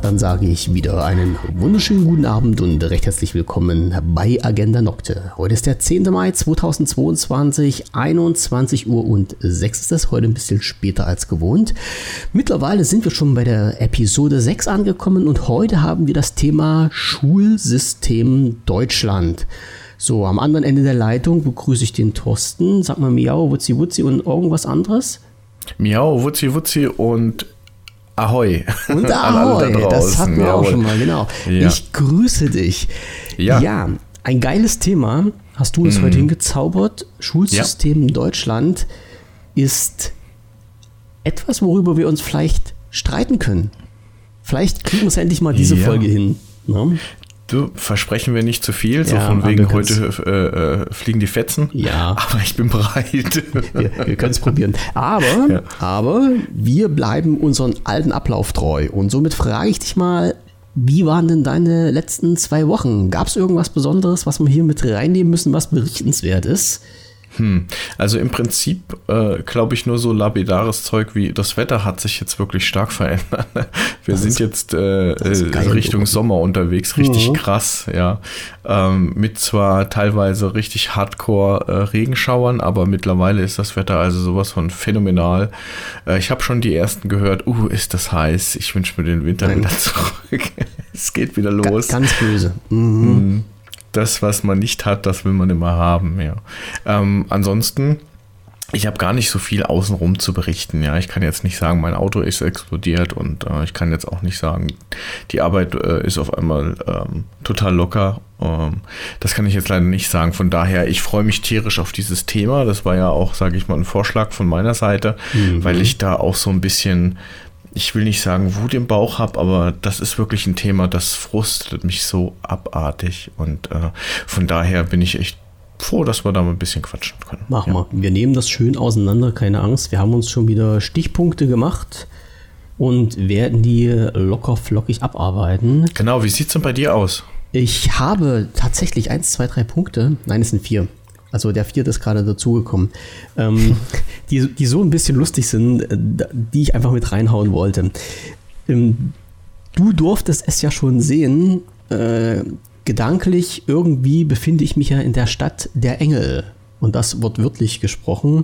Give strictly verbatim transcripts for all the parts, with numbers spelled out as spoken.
Dann sage ich wieder einen wunderschönen guten Abend und recht herzlich willkommen bei Agenda Nocte. Heute ist der zehnte Mai zweitausendzweiundzwanzig, einundzwanzig Uhr und sechs ist es, heute ein bisschen später als gewohnt. Mittlerweile sind wir schon bei der Episode sechs angekommen und heute haben wir das Thema Schulsystem Deutschland. So, am anderen Ende der Leitung begrüße ich den Thorsten. Sag mal Miau, Wutzi Wutzi und irgendwas anderes? Miau, Wutzi Wutzi und Ahoi. Und Ahoi, da das hatten wir Jawohl. auch schon mal, genau. Ja. Ich grüße dich. Ja. ja, ein geiles Thema hast du uns mhm. heute hingezaubert. Schulsystem ja. Deutschland ist etwas, worüber wir uns vielleicht streiten können. Vielleicht kriegen wir es endlich mal diese ja. Folge hin. Ne? Du, versprechen wir nicht zu viel, so ja, von wegen heute äh, äh, fliegen die Fetzen. Ja. Aber ich bin bereit. Wir, wir können es probieren. Aber, ja. aber wir bleiben unseren alten Ablauf treu. Und somit frage ich dich mal, wie waren denn deine letzten zwei Wochen? Gab es irgendwas Besonderes, was wir hier mit reinnehmen müssen, was berichtenswert ist? Hm. Also im Prinzip äh, glaube ich nur so lapidares Zeug wie das Wetter hat sich jetzt wirklich stark verändert. Wir das sind ist, jetzt äh, Richtung Sommer unterwegs, richtig mhm. krass, ja. Ähm, mit zwar teilweise richtig Hardcore äh, Regenschauern, aber mittlerweile ist das Wetter also sowas von phänomenal. Äh, ich habe schon die ersten gehört, uh, ist das heiß, ich wünsche mir den Winter Nein. wieder zurück. Es geht wieder los. Ganz böse. Mhm. Mhm. Das, was man nicht hat, das will man immer haben, ja. Ähm, ansonsten, ich habe gar nicht so viel außenrum zu berichten, ja. Ich kann jetzt nicht sagen, mein Auto ist explodiert und äh, ich kann jetzt auch nicht sagen, die Arbeit äh, ist auf einmal ähm, total locker. Ähm, das kann ich jetzt leider nicht sagen. Von daher, ich freue mich tierisch auf dieses Thema. Das war ja auch, sage ich mal, ein Vorschlag von meiner Seite, mhm. weil ich da auch so ein bisschen... Ich will nicht sagen Wut im Bauch habe, aber das ist wirklich ein Thema, das frustet mich so abartig und äh, von daher bin ich echt froh, dass wir da mal ein bisschen quatschen können. Machen ja. wir. Wir nehmen das schön auseinander, keine Angst. Wir haben uns schon wieder Stichpunkte gemacht und werden die locker flockig abarbeiten. Genau, wie sieht es denn bei dir aus? Ich habe tatsächlich eins, zwei, drei Punkte. Nein, es sind vier. Also der vierte ist gerade dazugekommen, ähm, die, die so ein bisschen lustig sind, die ich einfach mit reinhauen wollte. Ähm, du durftest es ja schon sehen, äh, gedanklich irgendwie befinde ich mich ja in der Stadt der Engel. Und das wird wörtlich gesprochen.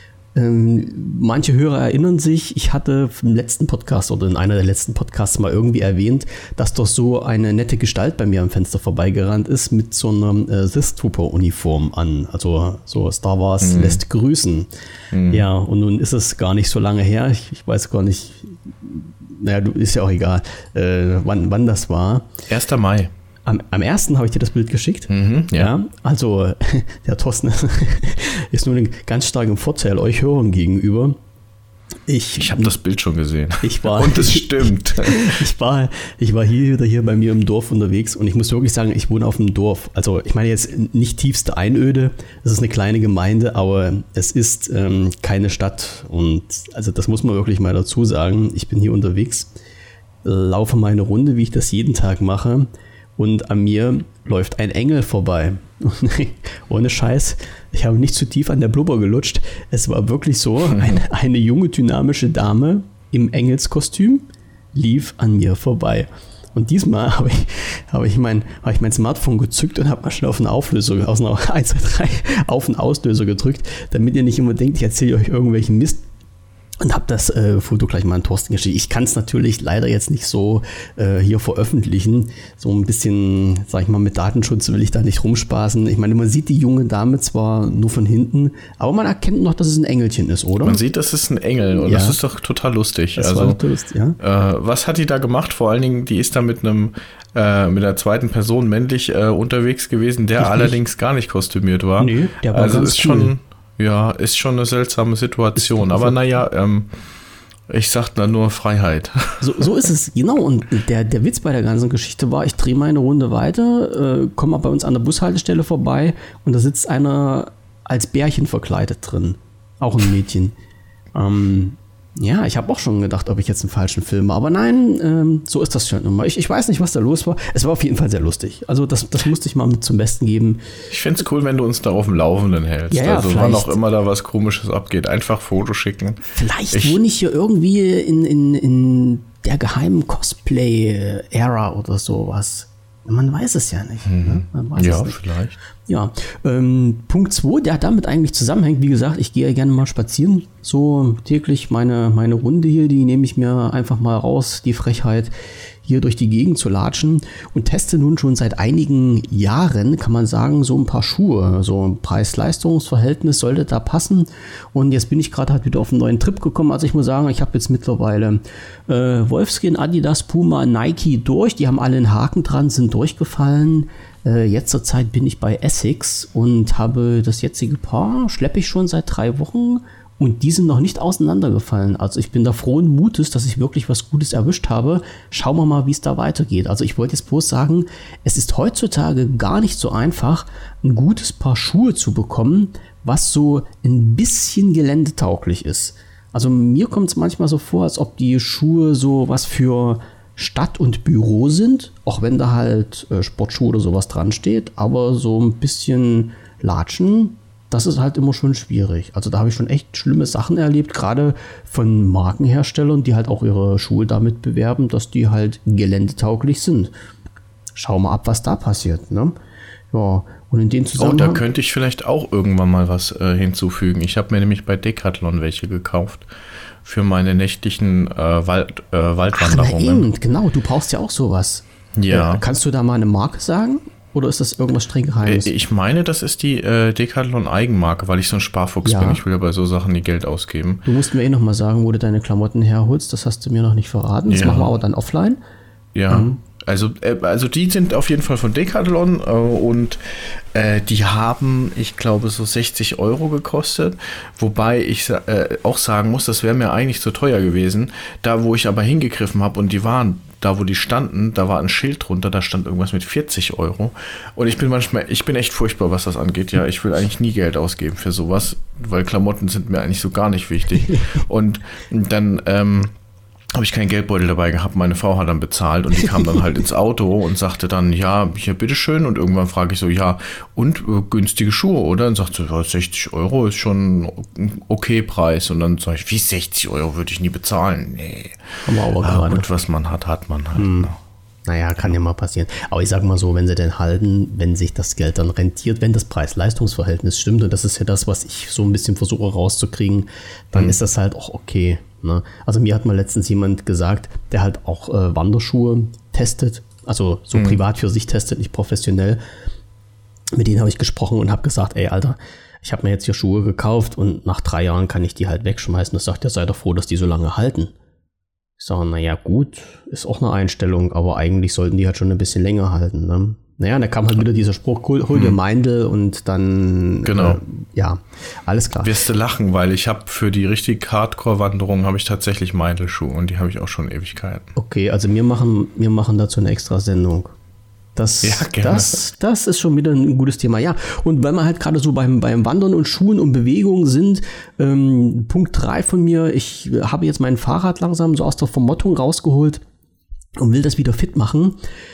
Ähm, manche Hörer erinnern sich, ich hatte im letzten Podcast oder in einer der letzten Podcasts mal irgendwie erwähnt, dass doch so eine nette Gestalt bei mir am Fenster vorbeigerannt ist mit so einer äh, Sith Trooper Uniform an. Also so Star Wars mhm. lässt grüßen. Mhm. Ja, und nun ist es gar nicht so lange her. Ich, ich weiß gar nicht, naja, du, ist ja auch egal, äh, wann, wann das war. erster Mai. Am, am ersten habe ich dir das Bild geschickt. Mhm, ja. ja. Also der Thorsten ist nur ein ganz starker Vorteil euch Hörern gegenüber. Ich, ich habe das Bild schon gesehen. Ich war, und es stimmt. ich, war, ich war hier wieder hier bei mir im Dorf unterwegs und ich muss wirklich sagen, ich wohne auf einem Dorf. Also ich meine jetzt nicht tiefste Einöde, es ist eine kleine Gemeinde, aber es ist ähm, keine Stadt. Und also das muss man wirklich mal dazu sagen. Ich bin hier unterwegs, laufe meine Runde, wie ich das jeden Tag mache. Und an mir läuft ein Engel vorbei. Ohne Scheiß, ich habe nicht zu tief an der Blubber gelutscht. Es war wirklich so, eine, eine junge, dynamische Dame im Engelskostüm lief an mir vorbei. Und diesmal habe ich, habe ich, mein, habe ich mein Smartphone gezückt und habe mal schnell auf den Auflöser, aus einer eins, zwei, drei, auf den Auslöser gedrückt, damit ihr nicht immer denkt, ich erzähle euch irgendwelchen Mist. Und habe das äh, Foto gleich mal an Thorsten geschickt. Ich kann es natürlich leider jetzt nicht so äh, hier veröffentlichen. So ein bisschen, sag ich mal, mit Datenschutz will ich da nicht rumspaßen. Ich meine, man sieht die junge Dame zwar nur von hinten, aber man erkennt noch, dass es ein Engelchen ist, oder? Man sieht, das ist ein Engel und ja. das ist doch total lustig. Das also, war total lustig, ja. Äh, was hat die da gemacht? Vor allen Dingen, die ist da mit einem äh, mit einer zweiten Person männlich äh, unterwegs gewesen, der Richtig. allerdings gar nicht kostümiert war. Nee, der war also ganz ist cool. schon Ja, ist schon eine seltsame Situation. Aber naja, ähm, ich sag da nur Freiheit. So, so ist es, genau. Und der, der Witz bei der ganzen Geschichte war, ich drehe meine Runde weiter, äh, komme bei uns an der Bushaltestelle vorbei und da sitzt einer als Bärchen verkleidet drin. Auch ein Mädchen. ähm, Ja, ich habe auch schon gedacht, ob ich jetzt einen falschen filme. Aber nein, ähm, so ist das schon immer. Ich, ich weiß nicht, was da los war. Es war auf jeden Fall sehr lustig. Also das, das musste ich mal mit zum Besten geben. Ich fände es cool, wenn du uns da auf dem Laufenden hältst. Ja, ja, also wann auch immer da was Komisches abgeht. Einfach Foto schicken. Vielleicht ich, wohne ich hier irgendwie in, in, in der geheimen Cosplay-Ära oder sowas. Man weiß es ja nicht. Mhm. Ne? Man weiß ja, es nicht. vielleicht. Ja, ähm, Punkt zwei, der damit eigentlich zusammenhängt. Wie gesagt, ich gehe gerne mal spazieren. So täglich meine, meine Runde hier, die nehme ich mir einfach mal raus, die Frechheit, hier durch die Gegend zu latschen und teste nun schon seit einigen Jahren, kann man sagen, so ein paar Schuhe. So ein Preis-Leistungs-Verhältnis sollte da passen. Und jetzt bin ich gerade halt wieder auf einen neuen Trip gekommen. Also ich muss sagen, ich habe jetzt mittlerweile äh, Wolfskin, Adidas, Puma, Nike durch. Die haben alle einen Haken dran, sind durchgefallen. Äh, jetzt zur Zeit bin ich bei Essex und habe das jetzige Paar, schleppe ich schon seit drei Wochen. Und die sind noch nicht auseinandergefallen. Also ich bin da frohen Mutes, dass ich wirklich was Gutes erwischt habe. Schauen wir mal, wie es da weitergeht. Also ich wollte jetzt bloß sagen, es ist heutzutage gar nicht so einfach, ein gutes Paar Schuhe zu bekommen, was so ein bisschen geländetauglich ist. Also mir kommt es manchmal so vor, als ob die Schuhe so was für Stadt und Büro sind. Auch wenn da halt äh, Sportschuhe oder sowas dran steht. Aber so ein bisschen Latschen, das ist halt immer schon schwierig. Also da habe ich schon echt schlimme Sachen erlebt, gerade von Markenherstellern, die halt auch ihre Schuhe damit bewerben, dass die halt geländetauglich sind. Schau mal ab, was da passiert, ne? Ja, und in dem Zusammenhang... Oh, da könnte ich vielleicht auch irgendwann mal was äh, hinzufügen. Ich habe mir nämlich bei Decathlon welche gekauft für meine nächtlichen äh, Wald, äh, Waldwanderungen. Ach, na eben, genau, du brauchst ja auch sowas. Ja. Äh, kannst du da mal eine Marke sagen? Oder ist das irgendwas streng Geheimes? Ich meine, das ist die äh, Decathlon-Eigenmarke, weil ich so ein Sparfuchs Ja. bin. Ich will ja bei so Sachen nie Geld ausgeben. Du musst mir eh noch mal sagen, wo du deine Klamotten herholst. Das hast du mir noch nicht verraten. Das Ja. machen wir aber dann offline. Ja, Mhm. also, äh, also die sind auf jeden Fall von Decathlon äh, und äh, die haben, ich glaube, so sechzig Euro gekostet. Wobei ich äh, auch sagen muss, das wäre mir eigentlich zu teuer gewesen. Da, wo ich aber hingegriffen habe und die waren, da wo die standen, da war ein Schild drunter, da stand irgendwas mit vierzig Euro. Und ich bin manchmal, ich bin echt furchtbar, was das angeht. Ja, ich will eigentlich nie Geld ausgeben für sowas, weil Klamotten sind mir eigentlich so gar nicht wichtig. Und dann, ähm, habe ich keinen Geldbeutel dabei gehabt. Meine Frau hat dann bezahlt und die kam dann halt ins Auto und sagte dann, ja, hier, bitteschön. Und irgendwann frage ich so, ja, und äh, günstige Schuhe, oder? Und sagt sie, ja, sechzig Euro ist schon ein okay Preis. Und dann sage ich, wie sechzig Euro würde ich nie bezahlen? Nee. Haben wir aber Ah, gerade. gut, was man hat, hat man halt. Hm. Ne? Naja, kann ja mal passieren. Aber ich sag mal so, wenn sie denn halten, wenn sich das Geld dann rentiert, wenn das Preis-Leistungs-Verhältnis stimmt, und das ist ja das, was ich so ein bisschen versuche rauszukriegen, dann Mhm. ist das halt auch okay. Ne? Also mir hat mal letztens jemand gesagt, der halt auch äh, Wanderschuhe testet, also so Mhm. privat für sich testet, nicht professionell. Mit denen habe ich gesprochen und habe gesagt, ey Alter, ich habe mir jetzt hier Schuhe gekauft und nach drei Jahren kann ich die halt wegschmeißen. Das sagt er, sei doch froh, dass die so lange halten. Ich sage, naja, gut, ist auch eine Einstellung, aber eigentlich sollten die halt schon ein bisschen länger halten. Ne? Naja, da kam halt wieder dieser Spruch, hol, hol dir Meindl und dann, Genau. äh, ja, alles klar. Wirst du lachen, weil ich habe für die richtig Hardcore-Wanderung habe ich tatsächlich Meindl-Schuhe und die habe ich auch schon Ewigkeiten. Okay, also wir machen, wir machen dazu eine extra Sendung. Das, Ja, gerne. das, das ist schon wieder ein gutes Thema. Ja, und wenn wir halt gerade so beim, beim Wandern und Schuhen und Bewegung sind, ähm, Punkt drei von mir, ich habe jetzt mein Fahrrad langsam so aus der Vermottung rausgeholt und will das wieder fit machen.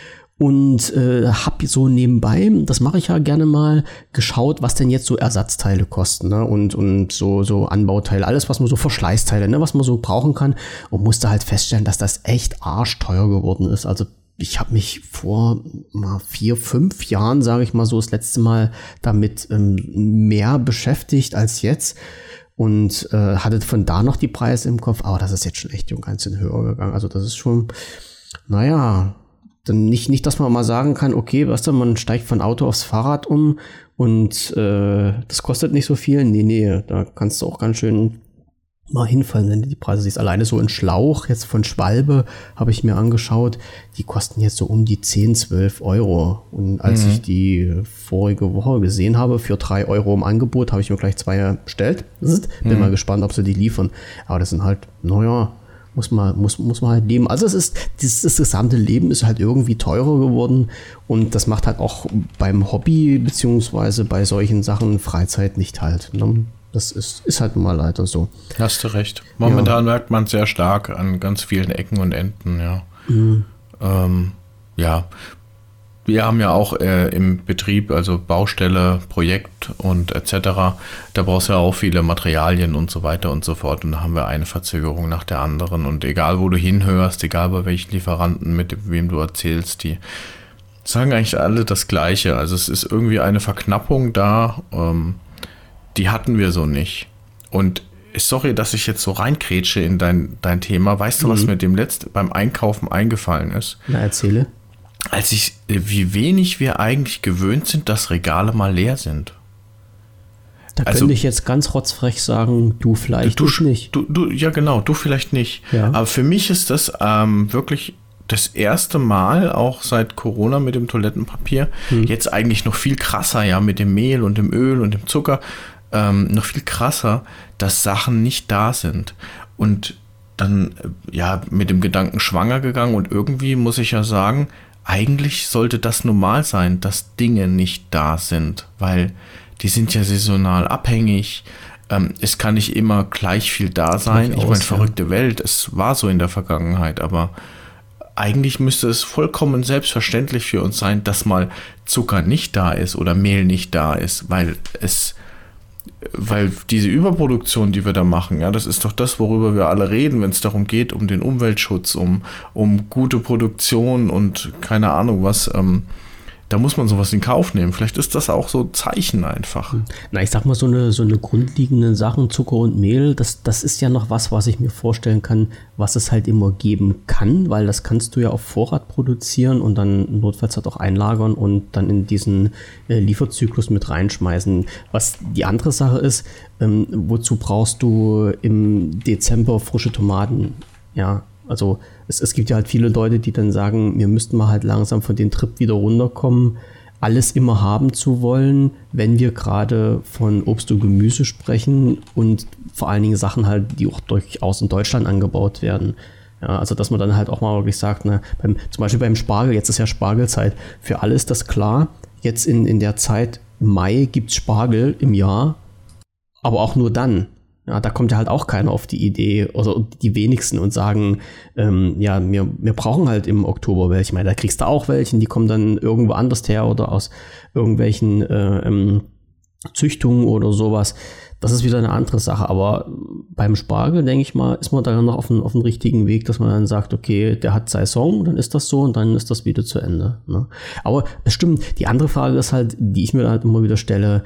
Und äh, habe so nebenbei, das mache ich ja gerne mal, geschaut, was denn jetzt so Ersatzteile kosten, ne? und, und so, so Anbauteile, alles, was man so Verschleißteile, ne? was man so brauchen kann, und musste halt feststellen, dass das echt arschteuer geworden ist. Also ich habe mich vor mal vier, fünf Jahren, sage ich mal so, das letzte Mal damit ähm, mehr beschäftigt als jetzt und äh, hatte von da noch die Preise im Kopf, aber das ist jetzt schon echt ein ganz schön höher gegangen. Also das ist schon, naja, dann nicht, nicht, dass man mal sagen kann, okay, weißt du, man steigt von Auto aufs Fahrrad um und äh, das kostet nicht so viel. Nee, nee, da kannst du auch ganz schön mal hinfallen, wenn du die Preise siehst. Alleine so ein Schlauch jetzt von Schwalbe habe ich mir angeschaut, die kosten jetzt so um die zehn, zwölf Euro. Und als Mhm. ich die vorige Woche gesehen habe, für drei Euro im Angebot, habe ich mir gleich zwei bestellt. Bin Mhm. mal gespannt, ob sie die liefern. Aber das sind halt, naja, muss man, muss, muss man halt leben. Also es ist, das, das gesamte Leben ist halt irgendwie teurer geworden und das macht halt auch beim Hobby beziehungsweise bei solchen Sachen Freizeit nicht halt. Ne? Das ist, ist halt mal leider so. Hast du recht. Momentan merkt man es sehr stark an ganz vielen Ecken und Enden, ja. Mhm. Ähm, ja. wir haben ja auch äh, im Betrieb, also Baustelle, Projekt und et cetera, da brauchst du ja auch viele Materialien und so weiter und so fort. Und da haben wir eine Verzögerung nach der anderen. Und egal, wo du hinhörst, egal bei welchen Lieferanten, mit wem du erzählst, die sagen eigentlich alle das Gleiche. Also es ist irgendwie eine Verknappung da, ähm, die hatten wir so nicht. Und sorry, dass ich jetzt so reinkrätsche in dein, dein Thema. Weißt du, mhm. was mir dem letzt beim Einkaufen eingefallen ist? Na, erzähle. Als ich, wie wenig wir eigentlich gewöhnt sind, dass Regale mal leer sind. Da also, könnte ich jetzt ganz rotzfrech sagen, du vielleicht du, ich nicht. Du, du, ja, genau, du vielleicht nicht. Ja. Aber für mich ist das ähm, wirklich das erste Mal, auch seit Corona mit dem Toilettenpapier, hm. jetzt eigentlich noch viel krasser, ja, mit dem Mehl und dem Öl und dem Zucker, ähm, noch viel krasser, dass Sachen nicht da sind. Und dann, ja, mit dem Gedanken schwanger gegangen und irgendwie muss ich ja sagen, eigentlich sollte das normal sein, dass Dinge nicht da sind, weil die sind ja saisonal abhängig. Ähm, es kann nicht immer gleich viel da sein. Ich meine, verrückte Welt, es war so in der Vergangenheit, aber eigentlich müsste es vollkommen selbstverständlich für uns sein, dass mal Zucker nicht da ist oder Mehl nicht da ist, weil es Weil diese Überproduktion, die wir da machen, ja, das ist doch das, worüber wir alle reden, wenn es darum geht, um den Umweltschutz, um, um gute Produktion und keine Ahnung was, ähm, da muss man sowas in Kauf nehmen. Vielleicht ist das auch so ein Zeichen einfach. Na, ich sag mal, so eine, so eine grundlegende Sachen, Zucker und Mehl, das, das ist ja noch was, was ich mir vorstellen kann, was es halt immer geben kann, weil das kannst du ja auf Vorrat produzieren und dann notfalls halt auch einlagern und dann in diesen äh, Lieferzyklus mit reinschmeißen. Was die andere Sache ist, ähm, wozu brauchst du im Dezember frische Tomaten? Ja, also es, es gibt ja halt viele Leute, die dann sagen, wir müssten mal halt langsam von den Trip wieder runterkommen, alles immer haben zu wollen, wenn wir gerade von Obst und Gemüse sprechen und vor allen Dingen Sachen halt, die auch durchaus in Deutschland angebaut werden. Ja, also dass man dann halt auch mal wirklich sagt, ne, beim, zum Beispiel beim Spargel, jetzt ist ja Spargelzeit, für alle ist das klar, jetzt in, in der Zeit Mai gibt es Spargel im Jahr, aber auch nur dann. Ja, da kommt ja halt auch keiner auf die Idee, also die wenigsten und sagen, ähm, ja, wir, wir brauchen halt im Oktober welche. Ich meine, da kriegst du auch welche, die kommen dann irgendwo anders her oder aus irgendwelchen äh, ähm, Züchtungen oder sowas. Das ist wieder eine andere Sache. Aber beim Spargel, denke ich mal, ist man da noch auf dem auf dem richtigen Weg, dass man dann sagt, okay, der hat Saison, dann ist das so und dann ist das wieder zu Ende. Ne? Aber es stimmt, die andere Frage ist halt, die ich mir halt immer wieder stelle,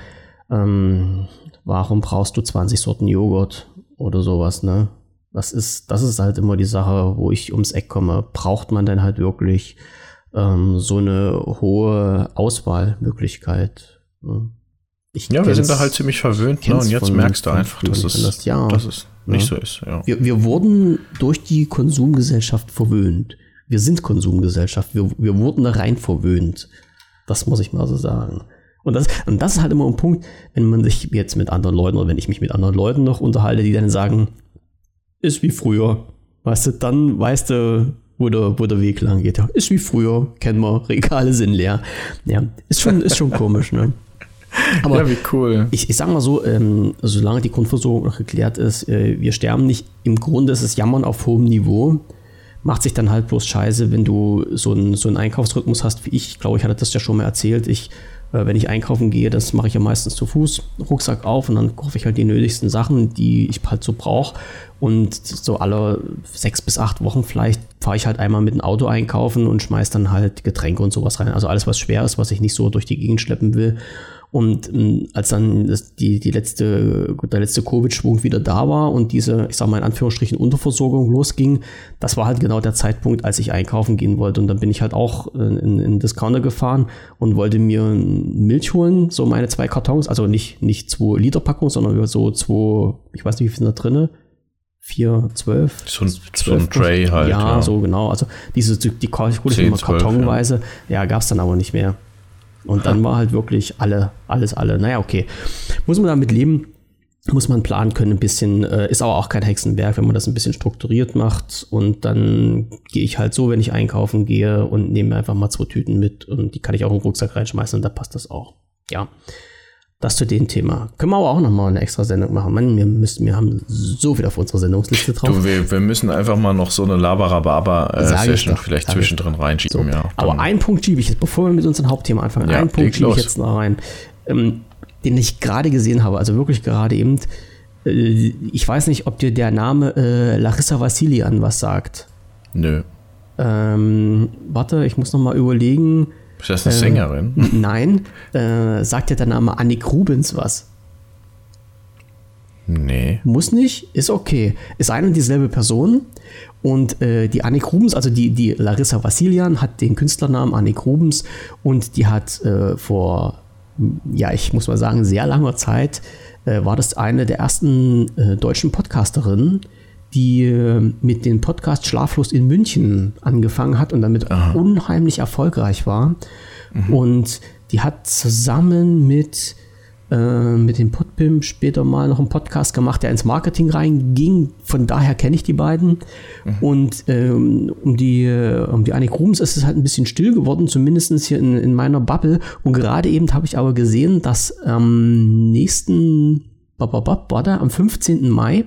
ähm, warum brauchst du zwanzig Sorten Joghurt oder sowas, ne? Das ist, das ist halt immer die Sache, wo ich ums Eck komme. Braucht man denn halt wirklich ähm, so eine hohe Auswahlmöglichkeit? Ne? Ich ja, wir sind da halt ziemlich verwöhnt, ne? Und jetzt von, merkst du einfach, dass es, das, ja, dass es nicht ja. so ist. Ja. Wir, wir wurden durch die Konsumgesellschaft verwöhnt. Wir sind Konsumgesellschaft. Wir, wir wurden da rein verwöhnt. Das muss ich mal so sagen. Und das, und das ist halt immer ein Punkt, wenn man sich jetzt mit anderen Leuten oder wenn ich mich mit anderen Leuten noch unterhalte, die dann sagen, ist wie früher. Weißt du, dann weißt du, wo der, wo der Weg lang geht. Ja, ist wie früher, kennen wir, Regale sind leer. Ja, ist schon, ist schon komisch, ne? Aber ja, wie cool. Ich, ich sag mal so, ähm, solange die Grundversorgung noch geklärt ist, äh, wir sterben nicht. Im Grunde ist es Jammern auf hohem Niveau. Macht sich dann halt bloß scheiße, wenn du so einen so einen Einkaufsrhythmus hast wie ich. Ich glaube, ich hatte das ja schon mal erzählt. Ich Wenn ich einkaufen gehe, das mache ich ja meistens zu Fuß, Rucksack auf und dann kaufe ich halt die nötigsten Sachen, die ich halt so brauche. Und so alle sechs bis acht Wochen vielleicht fahre ich halt einmal mit dem Auto einkaufen und schmeiße dann halt Getränke und sowas rein. Also alles, was schwer ist, was ich nicht so durch die Gegend schleppen will. Und ähm, als dann das, die, die letzte, der letzte Covid-Schwung wieder da war und diese, ich sag mal in Anführungsstrichen, Unterversorgung losging, das war halt genau der Zeitpunkt, als ich einkaufen gehen wollte. Und dann bin ich halt auch in, in, in Discounter gefahren und wollte mir Milch holen, so meine zwei Kartons, also nicht, nicht zwei Liter Packung, sondern so zwei, ich weiß nicht, wie viel sind da drinne? Vier, zwölf? So ein, so ein Tray halt. Ja, ja, so genau. Also diese, die, die hole ich immer kartonweise. Ja, ja gab es dann aber nicht mehr. Und dann war halt wirklich alle, alles, alle. Naja, okay. Muss man damit leben, muss man planen können ein bisschen. Äh, ist aber auch kein Hexenwerk, wenn man das ein bisschen strukturiert macht. Und dann gehe ich halt so, wenn ich einkaufen gehe und nehme einfach mal zwei Tüten mit. Und die kann ich auch in den Rucksack reinschmeißen und da passt das auch. Ja. Das zu dem Thema. Können wir aber auch nochmal eine extra Sendung machen. Mann, wir, müssen, wir haben so viel auf unserer Sendungsliste drauf. Du, wir, wir müssen einfach mal noch so eine Labarababa-Session äh, vielleicht zwischendrin reinschieben. So. Ja, aber einen Punkt schiebe ich jetzt, bevor wir mit unserem Hauptthema anfangen, ja, einen Punkt schiebe los. ich jetzt noch rein, ähm, den ich gerade gesehen habe, also wirklich gerade eben. Äh, ich weiß nicht, ob dir der Name äh, Larissa Wassilian was sagt. Nö. Ähm, warte, ich muss noch mal überlegen. Ist das eine äh, Sängerin? Nein. Äh, sagt dir der Name Annik Rubens was? Nee. Muss nicht, ist okay. Ist eine und dieselbe Person. Und äh, die Annik Rubens, also die, die Larissa Wassilian, hat den Künstlernamen Annik Rubens und die hat äh, vor, ja, ich muss mal sagen, sehr langer Zeit, äh, war das eine der ersten äh, deutschen Podcasterinnen, die äh, mit dem Podcast Schlaflos in München angefangen hat und damit Aha. unheimlich erfolgreich war. Mhm. Und die hat zusammen mit, äh, mit dem Podpimp später mal noch einen Podcast gemacht, der ins Marketing reinging. Von daher kenne ich die beiden. Mhm. Und ähm, um die, um die Annik Rubens ist es halt ein bisschen still geworden, zumindest hier in, in meiner Bubble. Und gerade eben habe ich aber gesehen, dass am nächsten, warte, am fünfzehnten Mai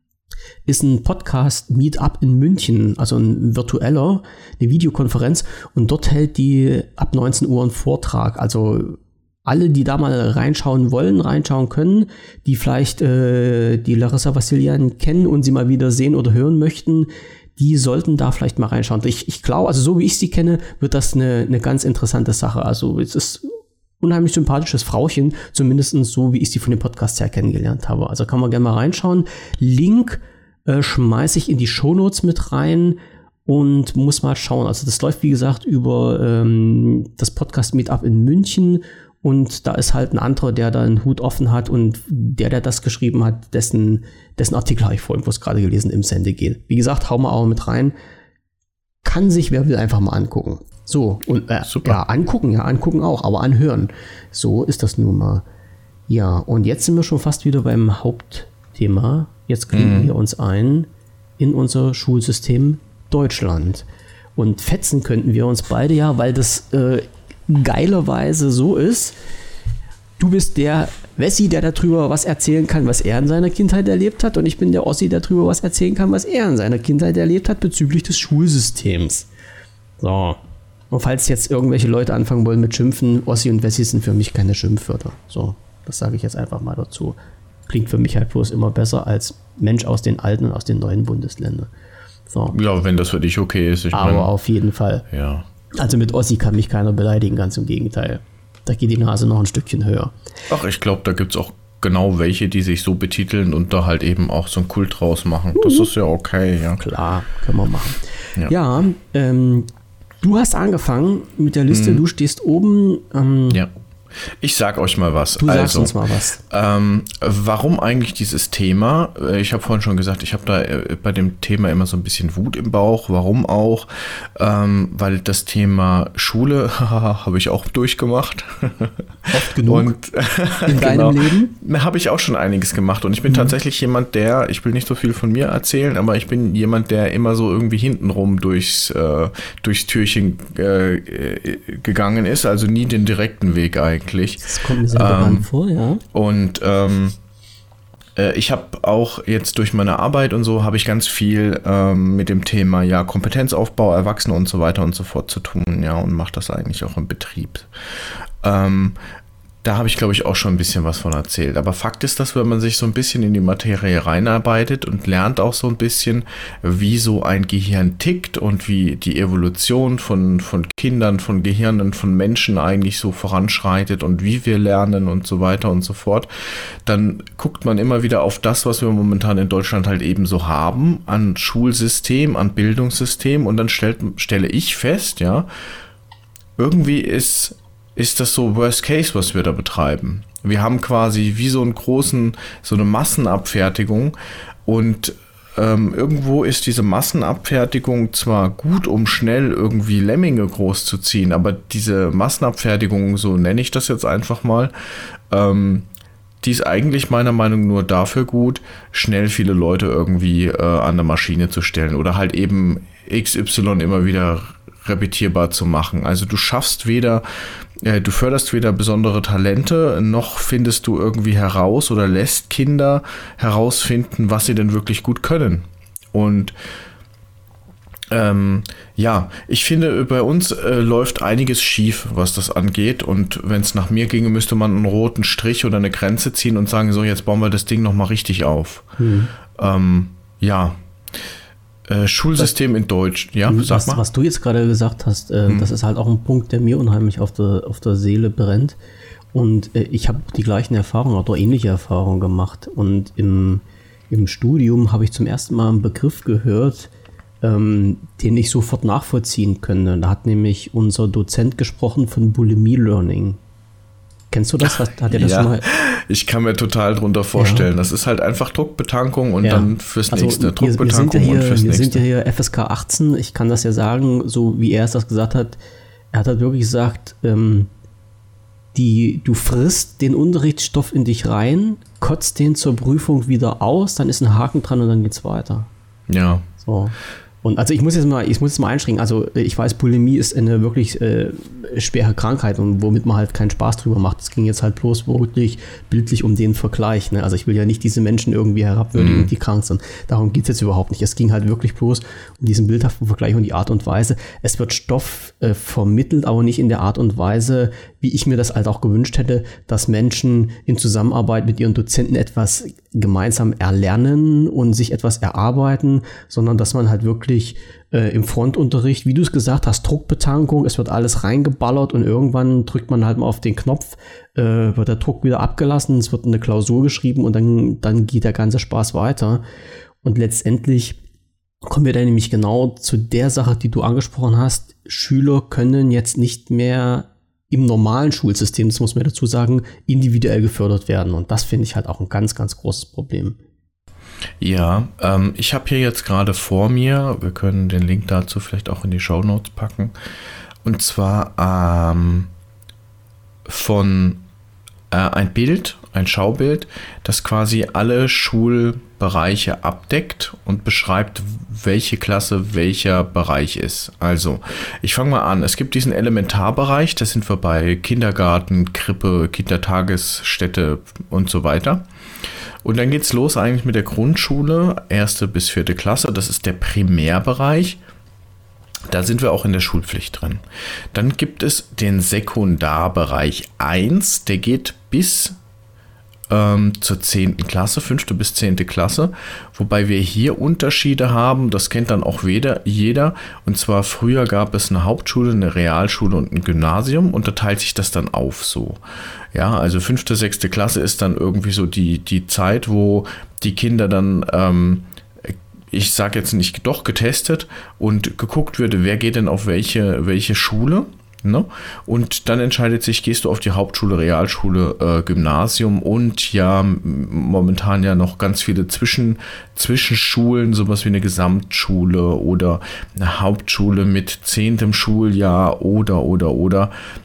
ist ein Podcast-Meetup in München, also ein virtueller, eine Videokonferenz, und dort hält die ab neunzehn Uhr einen Vortrag. Also alle, die da mal reinschauen wollen, reinschauen können, die vielleicht äh, die Larissa Wassilian kennen und sie mal wieder sehen oder hören möchten, die sollten da vielleicht mal reinschauen. Ich, ich glaube, also so wie ich sie kenne, wird das eine, eine ganz interessante Sache. Also es ist unheimlich sympathisches Frauchen, zumindest so, wie ich sie von dem Podcast her kennengelernt habe. Also kann man gerne mal reinschauen. Link äh, schmeiße ich in die Shownotes mit rein und muss mal schauen. Also das läuft, wie gesagt, über ähm, das Podcast-Meetup in München und da ist halt ein anderer, der da einen Hut offen hat und der, der das geschrieben hat, dessen, dessen Artikel habe ich vorhin bloß gerade gelesen im Sende gehen. Wie gesagt, hau mal auch mit rein. Kann sich, wer will, einfach mal angucken. So, und äh, ja, angucken, ja, angucken auch, aber anhören. So ist das nun mal. Ja, und jetzt sind wir schon fast wieder beim Hauptthema. Jetzt kriegen mhm. wir uns ein in unser Schulsystem Deutschland. Und fetzen könnten wir uns beide ja, weil das äh, geilerweise so ist. Du bist der Wessi, der darüber was erzählen kann, was er in seiner Kindheit erlebt hat. Und ich bin der Ossi, der darüber was erzählen kann, was er in seiner Kindheit erlebt hat bezüglich des Schulsystems. So. Und falls jetzt irgendwelche Leute anfangen wollen mit Schimpfen, Ossi und Wessi sind für mich keine Schimpfwörter. So, das sage ich jetzt einfach mal dazu. Klingt für mich halt bloß immer besser als Mensch aus den alten und aus den neuen Bundesländern. So. Ja, wenn das für dich okay ist. Ich Aber mein, auf jeden Fall. Ja. Also mit Ossi kann mich keiner beleidigen, ganz im Gegenteil. Da geht die Nase noch ein Stückchen höher. Ach, ich glaube, da gibt es auch genau welche, die sich so betiteln und da halt eben auch so einen Kult draus machen. Das ist ja okay, ja. Klar, können wir machen. Ja, ja ähm, du hast angefangen mit der Liste, mhm. du stehst oben. Ähm, ja. Ich sag euch mal was. Du sagst also, uns mal was. Ähm, warum eigentlich dieses Thema? Ich habe vorhin schon gesagt, ich habe da bei dem Thema immer so ein bisschen Wut im Bauch. Warum auch? Ähm, weil das Thema Schule habe ich auch durchgemacht. Oft genug und, in genau, deinem Leben? Habe ich auch schon einiges gemacht. Und ich bin mhm. tatsächlich jemand, der, ich will nicht so viel von mir erzählen, aber ich bin jemand, der immer so irgendwie hintenrum durchs, äh, durchs Türchen äh, gegangen ist. Also nie den direkten Weg eigentlich. Das kommt mir sehr bekannt ähm, vor, ja. Und ähm, äh, ich habe auch jetzt durch meine Arbeit und so, habe ich ganz viel ähm, mit dem Thema ja Kompetenzaufbau, Erwachsene und so weiter und so fort zu tun, ja, und mache das eigentlich auch im Betrieb. Ähm, Da habe ich, glaube ich, auch schon ein bisschen was von erzählt. Aber Fakt ist, dass wenn man sich so ein bisschen in die Materie reinarbeitet und lernt auch so ein bisschen, wie so ein Gehirn tickt und wie die Evolution von, von Kindern, von Gehirnen, von Menschen eigentlich so voranschreitet und wie wir lernen und so weiter und so fort, dann guckt man immer wieder auf das, was wir momentan in Deutschland halt eben so haben, an Schulsystem, an Bildungssystem, und dann stellt, stelle ich fest, ja, irgendwie ist... ist das so Worst Case, was wir da betreiben. Wir haben quasi wie so einen großen, so eine Massenabfertigung, und ähm, irgendwo ist diese Massenabfertigung zwar gut, um schnell irgendwie Lemminge groß zu ziehen, aber diese Massenabfertigung, so nenne ich das jetzt einfach mal, ähm, die ist eigentlich meiner Meinung nach nur dafür gut, schnell viele Leute irgendwie äh, an eine Maschine zu stellen oder halt eben X Y immer wieder repetierbar zu machen. Also du schaffst weder, äh, du förderst weder besondere Talente, noch findest du irgendwie heraus oder lässt Kinder herausfinden, was sie denn wirklich gut können. Und ähm, ja, ich finde, bei uns äh, läuft einiges schief, was das angeht. Und wenn es nach mir ginge, müsste man einen roten Strich oder eine Grenze ziehen und sagen, so, jetzt bauen wir das Ding nochmal richtig auf. Mhm. Ähm, ja. Äh, Schulsystem in Deutsch, ja, sag was, mal. Was du jetzt gerade gesagt hast, äh, hm. das ist halt auch ein Punkt, der mir unheimlich auf der, auf der Seele brennt. Und äh, ich habe die gleichen Erfahrungen oder ähnliche Erfahrungen gemacht. Und im, im Studium habe ich zum ersten Mal einen Begriff gehört, ähm, den ich sofort nachvollziehen könnte. Da hat nämlich unser Dozent gesprochen von Bulimie-Learning. Kennst du das? Hat, hat er das ja, schon mal? Ich kann mir total drunter vorstellen. Ja. Das ist halt einfach Druckbetankung und ja. dann fürs also nächste. Druckbetankung wir sind ja hier, und fürs wir nächste. Wir sind ja hier F S K achtzehn. Ich kann das ja sagen, so wie er es das gesagt hat. Er hat halt wirklich gesagt, ähm, die, du frisst den Unterrichtsstoff in dich rein, kotzt den zur Prüfung wieder aus, dann ist ein Haken dran und dann geht's weiter. Ja. So. Und also ich muss jetzt mal, ich muss jetzt mal einschränken. Also ich weiß, Bulimie ist eine wirklich äh, schwere Krankheit und womit man halt keinen Spaß drüber macht. Es ging jetzt halt bloß wirklich bildlich um den Vergleich. Ne? Also ich will ja nicht diese Menschen irgendwie herabwürdigen, mhm. die krank sind. Darum geht es jetzt überhaupt nicht. Es ging halt wirklich bloß um diesen bildhaften Vergleich und die Art und Weise. Es wird Stoff äh, vermittelt, aber nicht in der Art und Weise, wie ich mir das halt auch gewünscht hätte, dass Menschen in Zusammenarbeit mit ihren Dozenten etwas gemeinsam erlernen und sich etwas erarbeiten, sondern dass man halt wirklich äh, im Frontunterricht, wie du es gesagt hast, Druckbetankung, es wird alles reingeballert und irgendwann drückt man halt mal auf den Knopf, äh, wird der Druck wieder abgelassen, es wird eine Klausur geschrieben und dann, dann geht der ganze Spaß weiter. Und letztendlich kommen wir dann nämlich genau zu der Sache, die du angesprochen hast. Schüler können jetzt nicht mehr im normalen Schulsystem, das muss man dazu sagen, individuell gefördert werden. Und das finde ich halt auch ein ganz, ganz großes Problem. Ja, ähm, ich habe hier jetzt gerade vor mir, wir können den Link dazu vielleicht auch in die Shownotes packen, und zwar ähm, von äh, ein Bild, ein Schaubild, das quasi alle Schulbereiche abdeckt und beschreibt, welche Klasse welcher Bereich ist. Also, ich fange mal an. Es gibt diesen Elementarbereich, da sind wir bei Kindergarten, Krippe, Kindertagesstätte und so weiter. Und dann geht's los eigentlich mit der Grundschule, erste bis vierte Klasse. Das ist der Primärbereich. Da sind wir auch in der Schulpflicht drin. Dann gibt es den Sekundarbereich eins, der geht bis ähm, zur zehnten Klasse, fünfte bis zehnte Klasse, wobei wir hier Unterschiede haben, das kennt dann auch jeder, jeder. Und zwar früher gab es eine Hauptschule, eine Realschule und ein Gymnasium und da teilt sich das dann auf so. Ja, also fünfte, sechste Klasse ist dann irgendwie so die, die Zeit, wo die Kinder dann, ähm, ich sage jetzt nicht doch getestet und geguckt wird, wer geht denn auf welche, welche Schule. Ne? Und dann entscheidet sich, gehst du auf die Hauptschule, Realschule, äh, Gymnasium und ja, momentan ja noch ganz viele Zwischen, Zwischenschulen, sowas wie eine Gesamtschule oder eine Hauptschule mit zehntem Schuljahr oder, oder, oder.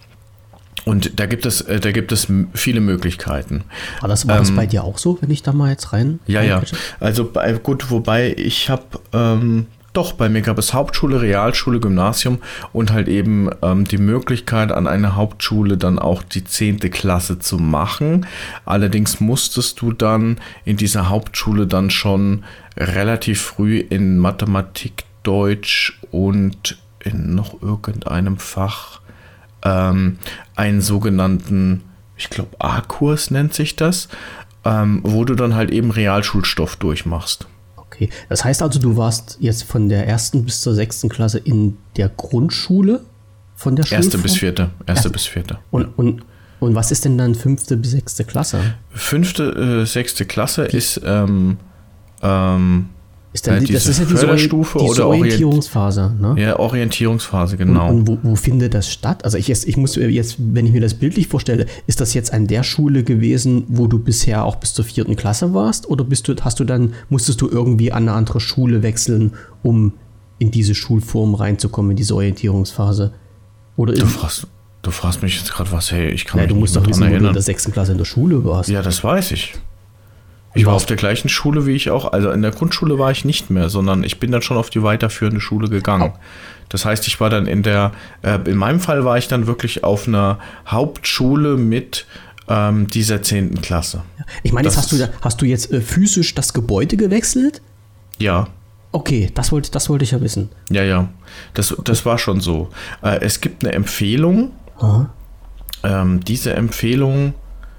Und da gibt es, äh, da gibt es viele Möglichkeiten. War das, war ähm, das bei dir auch so, wenn ich da mal jetzt rein? Ja, ja. Also bei, gut, wobei ich habe, ähm, doch, bei mir gab es Hauptschule, Realschule, Gymnasium und halt eben ähm, die Möglichkeit, an einer Hauptschule dann auch die zehnte Klasse zu machen. Allerdings musstest du dann in dieser Hauptschule dann schon relativ früh in Mathematik, Deutsch und in noch irgendeinem Fach ähm, einen sogenannten, ich glaube A-Kurs nennt sich das, ähm, wo du dann halt eben Realschulstoff durchmachst. Okay, das heißt also, du warst jetzt von der ersten bis zur sechsten Klasse in der Grundschule von der Schule? Erste bis vierte. Erste bis vierte. Und, und, und was ist denn dann fünfte bis sechste Klasse? Fünfte, äh, sechste Klasse Wie? ist ähm, ähm, ist dann die, das ist ja diese, Förderstufe diese oder Orientierungsphase, ne? Ja, Orientierungsphase, genau. Und, und wo, wo findet das statt? Also ich, jetzt, ich muss jetzt, wenn ich mir das bildlich vorstelle, ist das jetzt an der Schule gewesen, wo du bisher auch bis zur vierten Klasse warst? Oder bist du, hast du dann, musstest du irgendwie an eine andere Schule wechseln, um in diese Schulform reinzukommen, in diese Orientierungsphase? Oder du, fragst, du fragst mich jetzt gerade was, hey, ich kann naja, mich du nicht musst doch wissen, erinnern. wo du in der sechsten Klasse in der Schule warst. Ja, das weiß ich. Ich war auf der gleichen Schule wie ich auch. Also in der Grundschule war ich nicht mehr, sondern ich bin dann schon auf die weiterführende Schule gegangen. Oh. Das heißt, ich war dann in der, äh, in meinem Fall war ich dann wirklich auf einer Hauptschule mit ähm, dieser zehnten Klasse. Ich meine, jetzt hast du, hast du jetzt äh, physisch das Gebäude gewechselt? Ja. Okay, das wollte, das wollte ich ja wissen. Ja, ja, das, das war schon so. Äh, es gibt eine Empfehlung. Ähm, diese Empfehlung...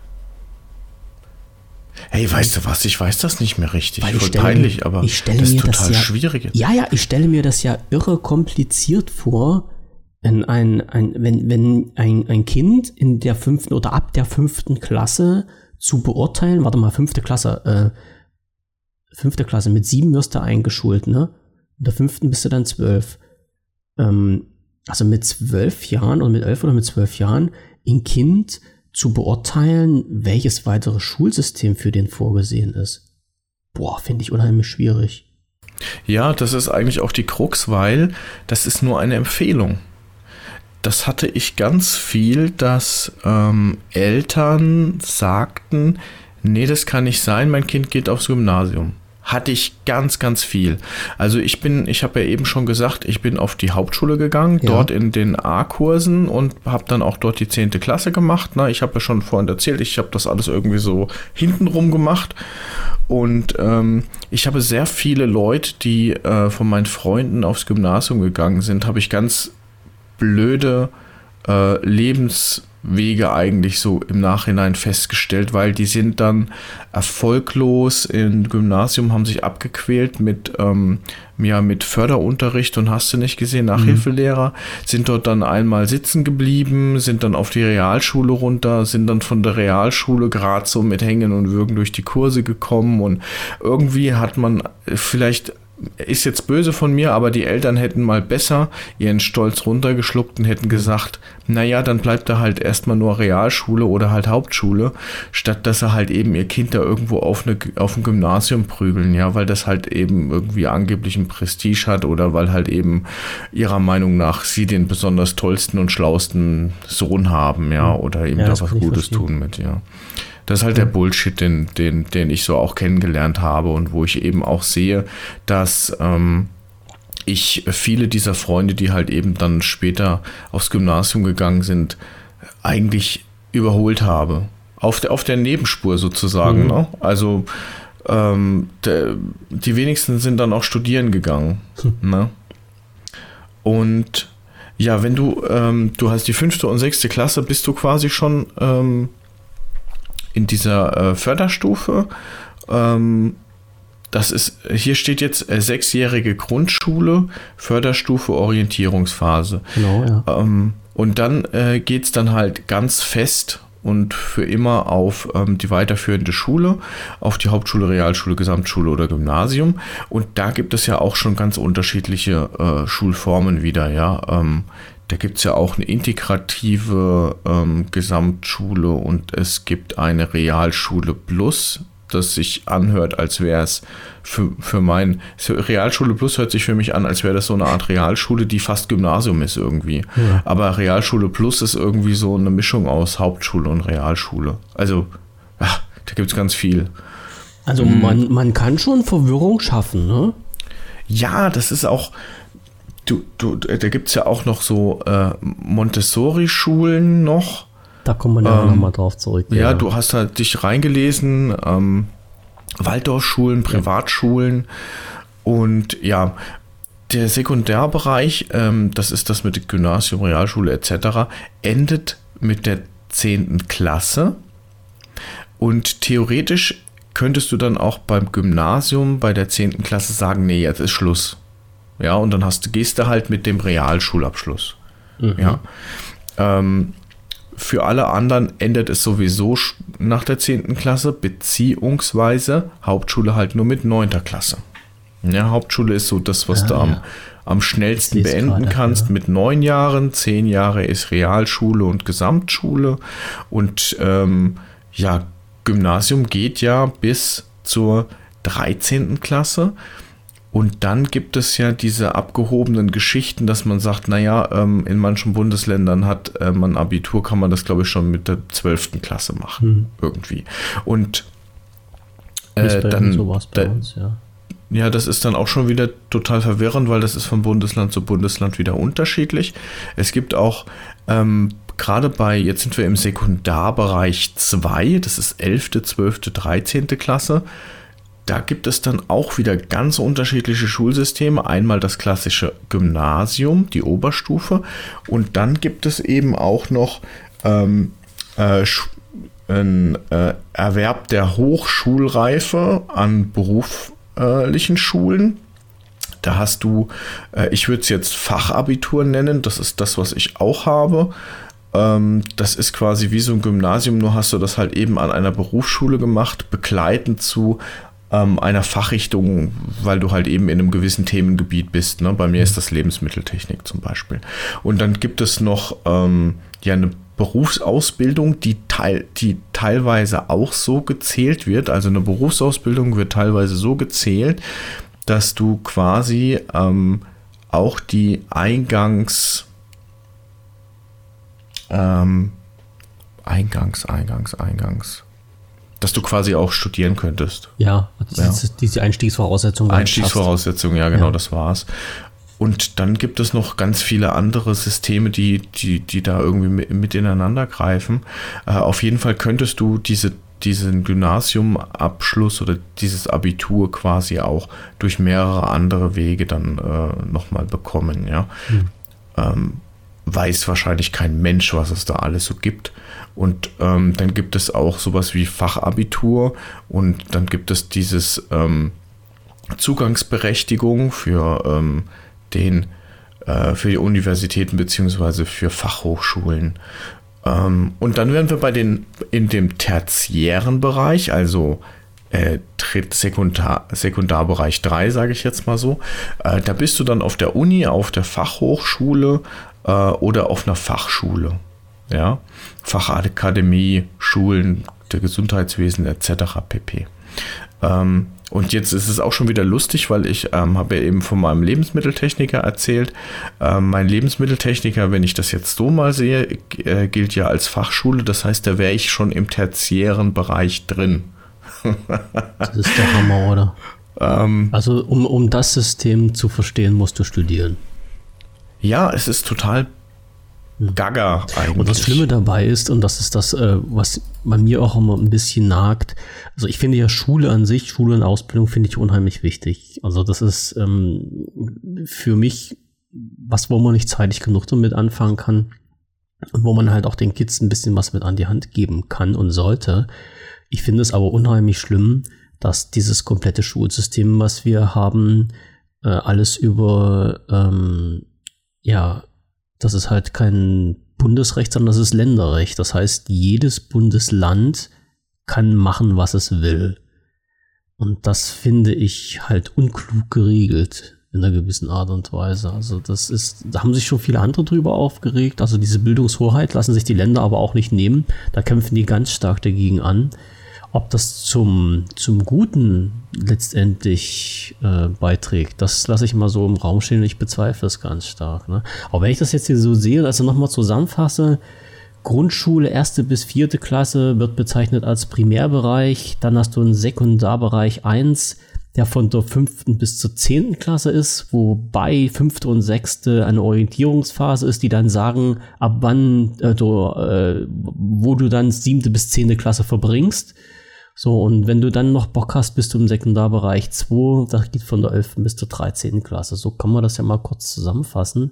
Hey, weißt du was? Ich weiß das nicht mehr richtig. Weil ich Voll stelle, peinlich, aber ich stelle das ist mir total das ja, schwierig jetzt. Ja, ja, ich stelle mir das ja irre kompliziert vor, wenn ein, ein, wenn, wenn ein, ein Kind in der fünften oder ab der fünften Klasse zu beurteilen, warte mal, fünfte Klasse, äh, fünfte Klasse, mit sieben wirst du eingeschult, ne? In der fünften bist du dann zwölf. Ähm, also mit zwölf Jahren oder mit elf oder mit zwölf Jahren ein Kind zu beurteilen, welches weitere Schulsystem für den vorgesehen ist. Boah, finde ich unheimlich schwierig. Ja, das ist eigentlich auch die Krux, weil das ist nur eine Empfehlung. Das hatte ich ganz viel, dass ähm, Eltern sagten, nee, das kann nicht sein, mein Kind geht aufs Gymnasium. Hatte ich ganz, ganz viel. Also ich bin, ich habe ja eben schon gesagt, ich bin auf die Hauptschule gegangen, ja. Dort in den A-Kursen und habe dann auch dort die zehnte Klasse gemacht. Na, ich habe ja schon vorhin erzählt, ich habe das alles irgendwie so hintenrum gemacht. Und ähm, ich habe sehr viele Leute, die äh, von meinen Freunden aufs Gymnasium gegangen sind, habe ich ganz blöde äh, Lebenswege eigentlich so im Nachhinein festgestellt, weil die sind dann erfolglos im Gymnasium, haben sich abgequält mit, ähm, ja, mit Förderunterricht und hast du nicht gesehen, Nachhilfelehrer, mhm. sind dort dann einmal sitzen geblieben, sind dann auf die Realschule runter, sind dann von der Realschule gerade so mit Hängen und Würgen durch die Kurse gekommen und irgendwie hat man vielleicht, ist jetzt böse von mir, aber die Eltern hätten mal besser ihren Stolz runtergeschluckt und hätten gesagt, naja, dann bleibt da halt erstmal nur Realschule oder halt Hauptschule, statt dass sie halt eben ihr Kind da irgendwo auf, eine, auf ein Gymnasium prügeln, ja, weil das halt eben irgendwie angeblich ein Prestige hat oder weil halt eben ihrer Meinung nach sie den besonders tollsten und schlausten Sohn haben, ja, oder eben ja, da was Gutes tun mit, ja. Das ist halt der Bullshit, den, den, den ich so auch kennengelernt habe und wo ich eben auch sehe, dass ähm, ich viele dieser Freunde, die halt eben dann später aufs Gymnasium gegangen sind, eigentlich überholt habe. Auf der, auf der Nebenspur sozusagen. Mhm. Ne? Also ähm, der, die wenigsten sind dann auch studieren gegangen. Hm. Ne? Und ja, wenn du, ähm, du hast die fünfte und sechste Klasse, bist du quasi schon ähm, in dieser äh, Förderstufe. Ähm, das ist, hier steht jetzt äh, sechsjährige Grundschule, Förderstufe, Orientierungsphase. Genau, ja. Ähm, und dann äh, geht es dann halt ganz fest und für immer auf ähm, die weiterführende Schule, auf die Hauptschule, Realschule, Gesamtschule oder Gymnasium. Und da gibt es ja auch schon ganz unterschiedliche äh, Schulformen wieder, ja. Ähm, Da gibt es ja auch eine integrative ähm, Gesamtschule und es gibt eine Realschule Plus, das sich anhört, als wäre es für, für mein... Realschule Plus hört sich für mich an, als wäre das so eine Art Realschule, die fast Gymnasium ist irgendwie. Ja. Aber Realschule Plus ist irgendwie so eine Mischung aus Hauptschule und Realschule. Also, ach, da gibt es ganz viel. Also hm. man, man kann schon Verwirrung schaffen, ne? Ja, das ist auch... Du, du, da gibt es ja auch noch so äh, Montessori-Schulen noch. Da kommen wir ja ähm, nochmal drauf zurück. Ja, ja, du hast halt dich reingelesen, ähm, Waldorfschulen, Privatschulen und ja, der Sekundärbereich, ähm, das ist das mit Gymnasium, Realschule et cetera, endet mit der zehnten Klasse und theoretisch könntest du dann auch beim Gymnasium bei der zehnten Klasse sagen, nee, jetzt ist Schluss. Ja, und dann hast, gehst du halt mit dem Realschulabschluss. Mhm. Ja. Ähm, für alle anderen endet es sowieso nach der zehnten Klasse, beziehungsweise Hauptschule halt nur mit neunter Klasse. Ja, Hauptschule ist so das, was ah, du am, ja. am schnellsten beenden grade, kannst. Ja. Mit neun Jahren, zehn Jahre ist Realschule und Gesamtschule. Und ähm, ja, Gymnasium geht ja bis zur dreizehnten Klasse. Und dann gibt es ja diese abgehobenen Geschichten, dass man sagt, naja, ähm, in manchen Bundesländern hat äh, man Abitur, kann man das, glaube ich, schon mit der zwölften Klasse machen, mhm. irgendwie. Und Äh, dann, sowas bei da, uns, ja. Ja, das ist dann auch schon wieder total verwirrend, weil das ist von Bundesland zu Bundesland wieder unterschiedlich. Es gibt auch, ähm, gerade bei, jetzt sind wir im Sekundarbereich zwei, das ist elfte, zwölfte, dreizehnte Klasse. Da gibt es dann auch wieder ganz unterschiedliche Schulsysteme. Einmal das klassische Gymnasium, die Oberstufe. Und dann gibt es eben auch noch ähm, äh, ein äh, Erwerb der Hochschulreife an beruflichen Schulen. Da hast du, äh, ich würde es jetzt Fachabitur nennen. Das ist das, was ich auch habe. Ähm, das ist quasi wie so ein Gymnasium, nur hast du das halt eben an einer Berufsschule gemacht, begleitend zu einer Fachrichtung, weil du halt eben in einem gewissen Themengebiet bist. Ne? Bei mir ist das Lebensmitteltechnik zum Beispiel. Und dann gibt es noch ähm, ja eine Berufsausbildung, die, teil, die teilweise auch so gezählt wird. Also eine Berufsausbildung wird teilweise so gezählt, dass du quasi ähm, auch die Eingangs ähm, Eingangs, Eingangs, Eingangs dass du quasi auch studieren könntest. Ja, diese, ja. diese Einstiegsvoraussetzungen. Einstiegsvoraussetzungen, ja, genau, ja. Das war's. Und dann gibt es noch ganz viele andere Systeme, die, die, die da irgendwie mit, mit ineinander greifen. Äh, auf jeden Fall könntest du diese, diesen Gymnasiumabschluss oder dieses Abitur quasi auch durch mehrere andere Wege dann äh, nochmal bekommen, ja. Hm. Ähm, weiß wahrscheinlich kein Mensch, was es da alles so gibt. Und ähm, dann gibt es auch sowas wie Fachabitur und dann gibt es dieses ähm, Zugangsberechtigung für ähm, den äh, für die Universitäten beziehungsweise für Fachhochschulen. Ähm, und dann wären wir bei den in dem tertiären Bereich, also äh, Sekundar, Sekundarbereich drei, sage ich jetzt mal so. Äh, da bist du dann auf der Uni, auf der Fachhochschule äh, oder auf einer Fachschule. Ja, Fachakademie, Schulen, der Gesundheitswesen et cetera pp. Ähm, und jetzt ist es auch schon wieder lustig, weil ich ähm, habe ja eben von meinem Lebensmitteltechniker erzählt. Ähm, mein Lebensmitteltechniker, wenn ich das jetzt so mal sehe, äh, gilt ja als Fachschule. Das heißt, da wäre ich schon im tertiären Bereich drin. Das ist der Hammer, oder? Ähm, also um, um das System zu verstehen, musst du studieren. Ja, es ist total Gaga eigentlich. Und das Schlimme dabei ist, und das ist das, äh, was bei mir auch immer ein bisschen nagt, also ich finde ja Schule an sich, Schule und Ausbildung finde ich unheimlich wichtig. Also das ist ähm, für mich was, wo man nicht zeitig genug damit anfangen kann und wo man halt auch den Kids ein bisschen was mit an die Hand geben kann und sollte. Ich finde es aber unheimlich schlimm, dass dieses komplette Schulsystem, was wir haben, äh, alles über, ähm, ja, das ist halt kein Bundesrecht, sondern das ist Länderrecht. Das heißt, jedes Bundesland kann machen, was es will. Und das finde ich halt unklug geregelt in einer gewissen Art und Weise. Also das ist, da haben sich schon viele andere drüber aufgeregt. Also diese Bildungshoheit lassen sich die Länder aber auch nicht nehmen. Da kämpfen die ganz stark dagegen an. Ob das zum, zum Guten letztendlich äh, beiträgt, das lasse ich mal so im Raum stehen und ich bezweifle es ganz stark. Ne? Aber wenn ich das jetzt hier so sehe, also nochmal zusammenfasse, Grundschule, erste bis vierte Klasse wird bezeichnet als Primärbereich, dann hast du einen Sekundarbereich eins, der von der fünften bis zur zehnten Klasse ist, wobei fünfte und sechste eine Orientierungsphase ist, die dann sagen, ab wann äh, du, äh, wo du dann siebte bis zehnte Klasse verbringst. So, und wenn du dann noch Bock hast, bist du im Sekundarbereich zwei, das geht von der elften bis zur dreizehnten Klasse. So kann man das ja mal kurz zusammenfassen.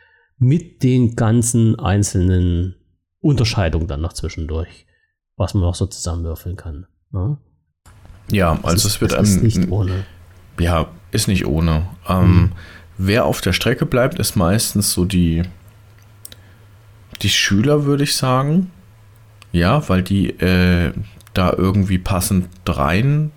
Mit den ganzen einzelnen Unterscheidungen dann noch zwischendurch, was man auch so zusammenwürfeln kann. Ne? Ja, also es wird einem. Ist nicht ohne. Ja, ist nicht ohne. Ähm, mhm. Wer auf der Strecke bleibt, ist meistens so die, die Schüler, würde ich sagen. Ja, weil die äh, da irgendwie passend rein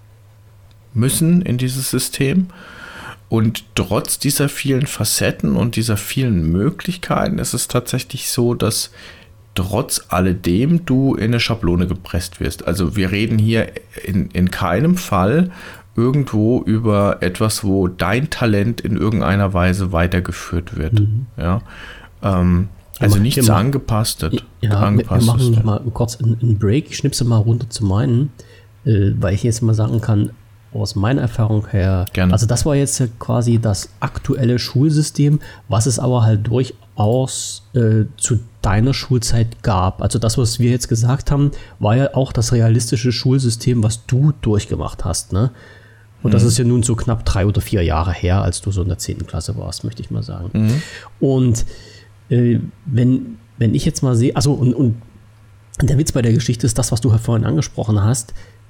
müssen in dieses System. Und trotz dieser vielen Facetten und dieser vielen Möglichkeiten ist es tatsächlich so, dass trotz alledem du in eine Schablone gepresst wirst. Also wir reden hier in, in keinem Fall irgendwo über etwas, wo dein Talent in irgendeiner Weise weitergeführt wird. Mhm. Ja, ähm, also nichts angepasst. Ja, angepasst wir machen ist, mal kurz einen Break. Ich schnipse mal runter zu meinen. äh, weil ich jetzt mal sagen kann, aus meiner Erfahrung her, Gerne. Also das war jetzt quasi das aktuelle Schulsystem, was es aber halt durchaus äh, zu deiner Schulzeit gab. Also das, was wir jetzt gesagt haben, war ja auch das realistische Schulsystem, was du durchgemacht hast, ne? Und das ist ja nun so knapp drei oder vier Jahre her, als du so in der zehnten Klasse warst, möchte ich mal sagen. Mhm. Und äh, wenn, wenn ich jetzt mal sehe, also und, und der Witz bei der Geschichte ist das, was du halt vorhin angesprochen hast,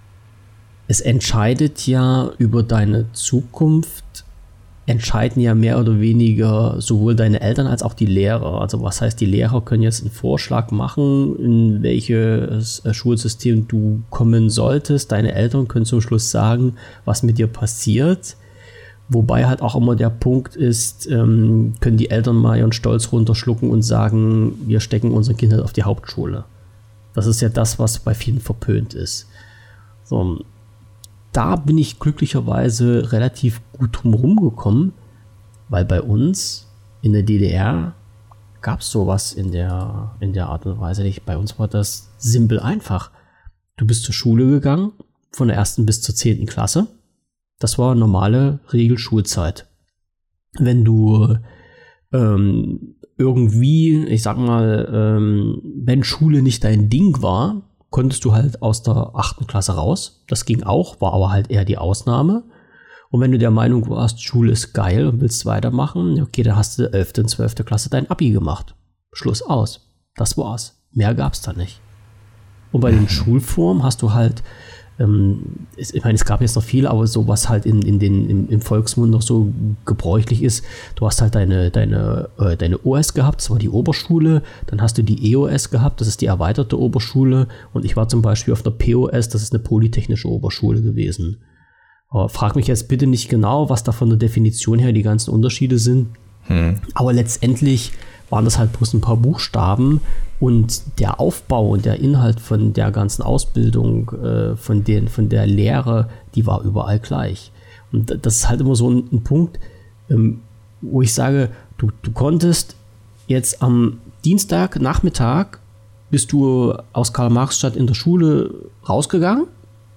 es entscheidet ja über deine Zukunft, entscheiden ja mehr oder weniger sowohl deine Eltern als auch die Lehrer. Also was heißt, die Lehrer können jetzt einen Vorschlag machen, in welches Schulsystem du kommen solltest. Deine Eltern können zum Schluss sagen, was mit dir passiert. Wobei halt auch immer der Punkt ist, ähm, können die Eltern mal ihren Stolz runterschlucken und sagen, wir stecken unsere Kinder auf die Hauptschule. Das ist ja das, was bei vielen verpönt ist. So, da bin ich glücklicherweise relativ gut drumherum gekommen, weil bei uns in der D D R gab es sowas in der, in der Art und Weise nicht. Bei uns war das simpel einfach. Du bist zur Schule gegangen, von der ersten bis zur zehnten Klasse. Das war normale Regelschulzeit. Wenn du ähm, irgendwie, ich sag mal, ähm, wenn Schule nicht dein Ding war, konntest du halt aus der achten Klasse raus. Das ging auch, war aber halt eher die Ausnahme. Und wenn du der Meinung warst, Schule ist geil und willst weitermachen, okay, dann hast du elfte und zwölfte Klasse dein Abi gemacht. Schluss aus. Das war's. Mehr gab's da nicht. Und bei den Schulformen hast du halt, ähm, ich meine, es gab jetzt noch viel, aber so was halt in, in den, im, im Volksmund noch so gebräuchlich ist, du hast halt deine, deine, äh, deine O S gehabt, das war die Oberschule, dann hast du die E O S gehabt, das ist die erweiterte Oberschule, und ich war zum Beispiel auf der P O S, das ist eine polytechnische Oberschule gewesen. Aber frag mich jetzt bitte nicht genau, was da von der Definition her die ganzen Unterschiede sind, hm. aber letztendlich waren das halt bloß ein paar Buchstaben, und der Aufbau und der Inhalt von der ganzen Ausbildung, äh, von, den, von der Lehre, die war überall gleich. Und das ist halt immer so ein, ein Punkt, ähm, wo ich sage, du, du konntest jetzt am Dienstagnachmittag, bist du aus Karl-Marx-Stadt in der Schule rausgegangen,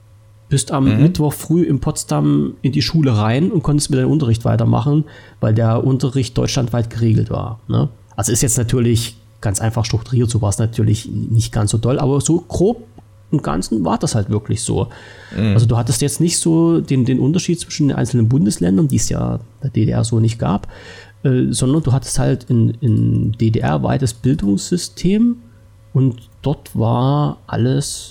bist am mhm. Mittwoch früh in Potsdam in die Schule rein und konntest mit deinem Unterricht weitermachen, weil der Unterricht deutschlandweit geregelt war, ne? Also ist jetzt natürlich ganz einfach strukturiert, so war es natürlich nicht ganz so doll, aber so grob im Ganzen war das halt wirklich so. Mhm. Also du hattest jetzt nicht so den, den Unterschied zwischen den einzelnen Bundesländern, die es ja in der D D R so nicht gab, äh, sondern du hattest halt ein, ein D D R-weites Bildungssystem, und dort war alles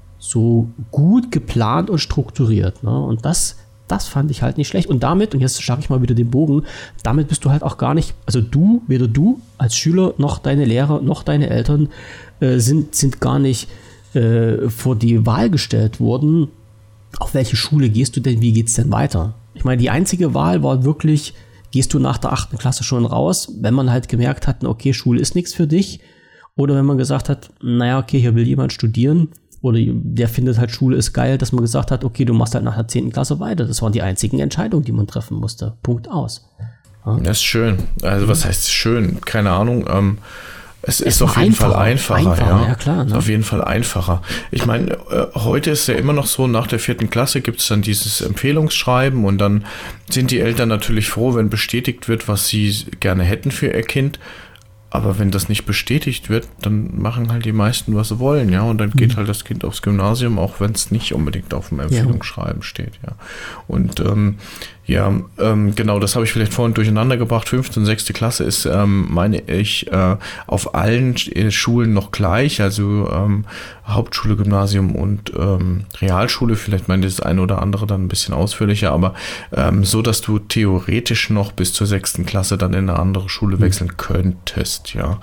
so gut geplant und strukturiert, ne? Und das Das fand ich halt nicht schlecht. Und damit, und jetzt schlage ich mal wieder den Bogen, damit bist du halt auch gar nicht, also du, weder du als Schüler, noch deine Lehrer, noch deine Eltern äh, sind, sind gar nicht äh, vor die Wahl gestellt worden, auf welche Schule gehst du denn, wie geht's denn weiter? Ich meine, die einzige Wahl war wirklich, gehst du nach der achten Klasse schon raus, wenn man halt gemerkt hat, okay, Schule ist nichts für dich, oder wenn man gesagt hat, naja, okay, hier will jemand studieren, oder der findet halt, Schule ist geil, dass man gesagt hat, okay, du machst halt nach der zehnten Klasse weiter. Das waren die einzigen Entscheidungen, die man treffen musste. Punkt aus. Ja. Das ist schön. Also was heißt schön? Keine Ahnung. Ähm, es, es ist auf jeden Fall einfacher. einfacher ja. ja klar. Ne? Ist auf jeden Fall einfacher. Ich meine, äh, heute ist ja immer noch so, nach der vierten Klasse gibt es dann dieses Empfehlungsschreiben, und dann sind die Eltern natürlich froh, wenn bestätigt wird, was sie gerne hätten für ihr Kind. Aber wenn das nicht bestätigt wird, dann machen halt die meisten, was sie wollen, ja. Und dann geht mhm. halt das Kind aufs Gymnasium, auch wenn es nicht unbedingt auf dem Empfehlungsschreiben ja. steht, ja. Und ähm, ja, ähm, genau, das habe ich vielleicht vorhin durcheinander gebracht. Fünfte und sechste Klasse ist, ähm, meine ich, äh, auf allen äh, Schulen noch gleich, also ähm, Hauptschule, Gymnasium und ähm, Realschule. Vielleicht meine ich das eine oder andere dann ein bisschen ausführlicher, aber ähm, so, dass du theoretisch noch bis zur sechsten Klasse dann in eine andere Schule wechseln mhm. könntest, ja.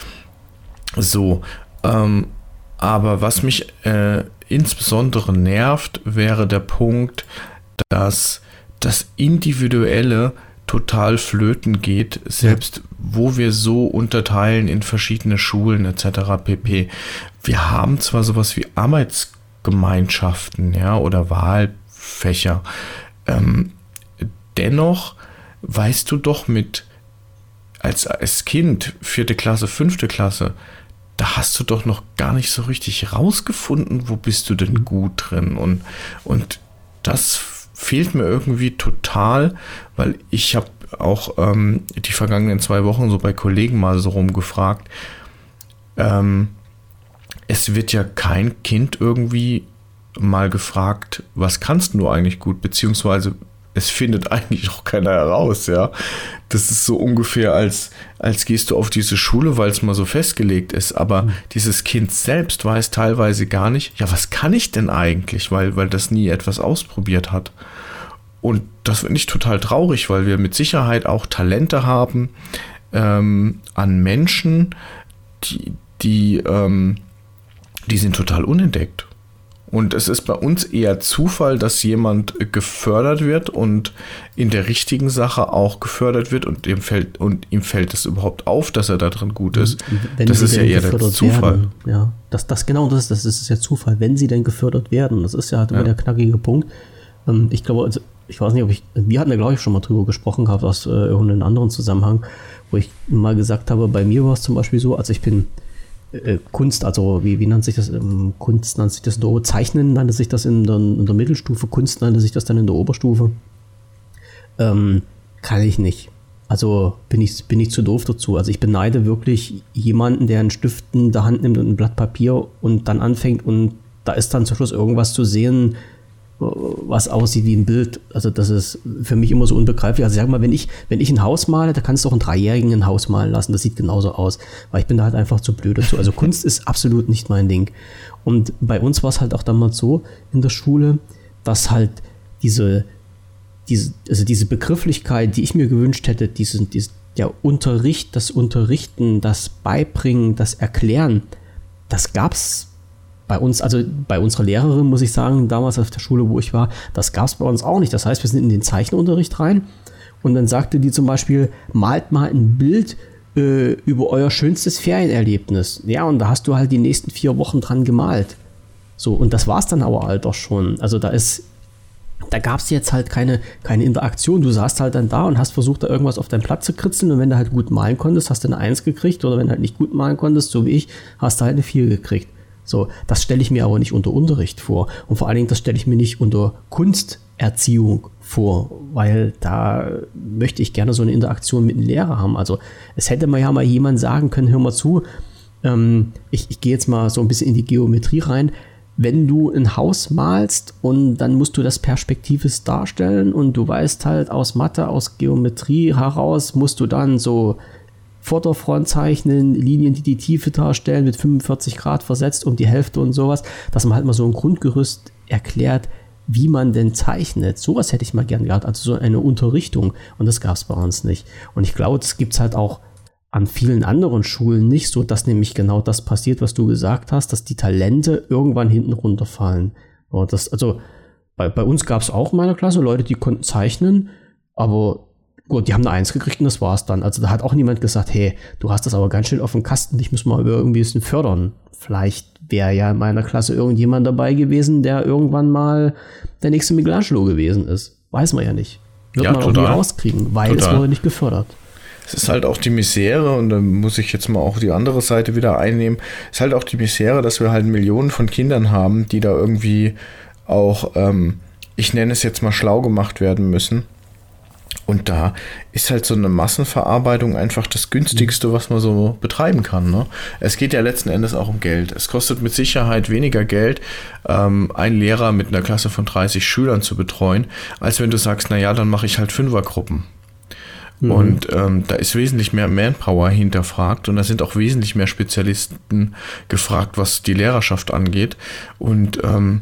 So, ähm, aber was mich äh, insbesondere nervt, wäre der Punkt, dass das Individuelle total flöten geht, selbst wo wir so unterteilen in verschiedene Schulen et cetera pp. Wir haben zwar sowas wie Arbeitsgemeinschaften, ja, oder Wahlfächer, ähm, dennoch weißt du doch mit als, als Kind, vierte Klasse, fünfte Klasse, da hast du doch noch gar nicht so richtig rausgefunden, wo bist du denn gut drin? Und, und das fehlt mir irgendwie total, weil ich habe auch ähm, die vergangenen zwei Wochen so bei Kollegen mal so rumgefragt. Ähm, es wird ja kein Kind irgendwie mal gefragt, was kannst du eigentlich gut, beziehungsweise es findet eigentlich auch keiner heraus, ja. Das ist so ungefähr, als, als gehst du auf diese Schule, weil es mal so festgelegt ist. Aber mhm. dieses Kind selbst weiß teilweise gar nicht, ja, was kann ich denn eigentlich, weil, weil das nie etwas ausprobiert hat. Und das finde ich total traurig, weil wir mit Sicherheit auch Talente haben ähm, an Menschen, die, die, ähm, die sind total unentdeckt. Und es ist bei uns eher Zufall, dass jemand gefördert wird und in der richtigen Sache auch gefördert wird und ihm fällt, und ihm fällt es überhaupt auf, dass er da drin gut ist. Wenn das ist ja eher der Zufall. Werden, ja, das, das genau das, das ist ja Zufall, wenn sie denn gefördert werden. Das ist ja halt immer ja. der knackige Punkt. Ich glaube, also ich weiß nicht, ob ich, wir hatten ja glaube ich schon mal drüber gesprochen gehabt aus äh, irgendeinem anderen Zusammenhang, wo ich mal gesagt habe, bei mir war es zum Beispiel so, also ich bin äh, Kunst, also wie, wie nannte sich das, ähm, Kunst nannte sich das in der Zeichnen, nannte sich das in der, in der Mittelstufe, Kunst nannte sich das dann in der Oberstufe. Ähm, kann ich nicht. Also bin ich, bin ich zu doof dazu. Also ich beneide wirklich jemanden, der einen Stift in der Hand nimmt und ein Blatt Papier und dann anfängt und da ist dann zum Schluss irgendwas zu sehen, was aussieht wie ein Bild. Also das ist für mich immer so unbegreiflich. Also sag mal, wenn ich, wenn ich ein Haus male, da kannst du auch einen Dreijährigen ein Haus malen lassen. Das sieht genauso aus. Weil ich bin da halt einfach zu blöd dazu. Also Kunst ist absolut nicht mein Ding. Und bei uns war es halt auch damals so in der Schule, dass halt diese, diese, also diese Begrifflichkeit, die ich mir gewünscht hätte, diesen, diesen, der Unterricht, das Unterrichten, das Beibringen, das Erklären, das gab's bei uns, also bei unserer Lehrerin, muss ich sagen, damals auf der Schule, wo ich war, das gab es bei uns auch nicht. Das heißt, wir sind in den Zeichenunterricht rein und dann sagte die zum Beispiel, malt mal ein Bild äh, über euer schönstes Ferienerlebnis. Ja, und da hast du halt die nächsten vier Wochen dran gemalt. So, und das war es dann aber halt auch schon. Also da ist, da gab es jetzt halt keine, keine Interaktion. Du saßt halt dann da und hast versucht, da irgendwas auf deinen Platz zu kritzeln und wenn du halt gut malen konntest, hast du eine Eins gekriegt oder wenn du halt nicht gut malen konntest, so wie ich, hast du halt eine vier gekriegt. So, das stelle ich mir aber nicht unter Unterricht vor. Und vor allen Dingen, das stelle ich mir nicht unter Kunsterziehung vor, weil da möchte ich gerne so eine Interaktion mit dem Lehrer haben. Also es hätte mir ja mal jemand sagen können, hör mal zu, ähm, ich, ich gehe jetzt mal so ein bisschen in die Geometrie rein. Wenn du ein Haus malst und dann musst du das perspektivisch darstellen und du weißt halt aus Mathe, aus Geometrie heraus, musst du dann so Vorderfront zeichnen, Linien, die die Tiefe darstellen, mit fünfundvierzig Grad versetzt um die Hälfte und sowas, dass man halt mal so ein Grundgerüst erklärt, wie man denn zeichnet. Sowas hätte ich mal gern gehabt, also so eine Unterrichtung und das gab es bei uns nicht. Und ich glaube, das gibt es halt auch an vielen anderen Schulen nicht, so dass nämlich genau das passiert, was du gesagt hast, dass die Talente irgendwann hinten runterfallen. Und das, also bei, bei uns gab es auch in meiner Klasse Leute, die konnten zeichnen, aber gut, die haben eine Eins gekriegt und das war's dann. Also da hat auch niemand gesagt, hey, du hast das aber ganz schön auf dem Kasten, dich müssen wir irgendwie ein bisschen fördern. Vielleicht wäre ja in meiner Klasse irgendjemand dabei gewesen, der irgendwann mal der nächste Michelangelo gewesen ist. Weiß man ja nicht. Wird ja, man auch nie rauskriegen, weil total. Es wurde nicht gefördert. Es ist halt auch die Misere, und da muss ich jetzt mal auch die andere Seite wieder einnehmen, es ist halt auch die Misere, dass wir halt Millionen von Kindern haben, die da irgendwie auch, ähm, ich nenne es jetzt mal schlau gemacht werden müssen. Und da ist halt so eine Massenverarbeitung einfach das Günstigste, was man so betreiben kann. Ne? Es geht ja letzten Endes auch um Geld. Es kostet mit Sicherheit weniger Geld, ähm, einen Lehrer mit einer Klasse von dreißig Schülern zu betreuen, als wenn du sagst, naja, dann mache ich halt Fünfergruppen. Mhm. Und ähm, da ist wesentlich mehr Manpower hinterfragt und da sind auch wesentlich mehr Spezialisten gefragt, was die Lehrerschaft angeht. Und ähm,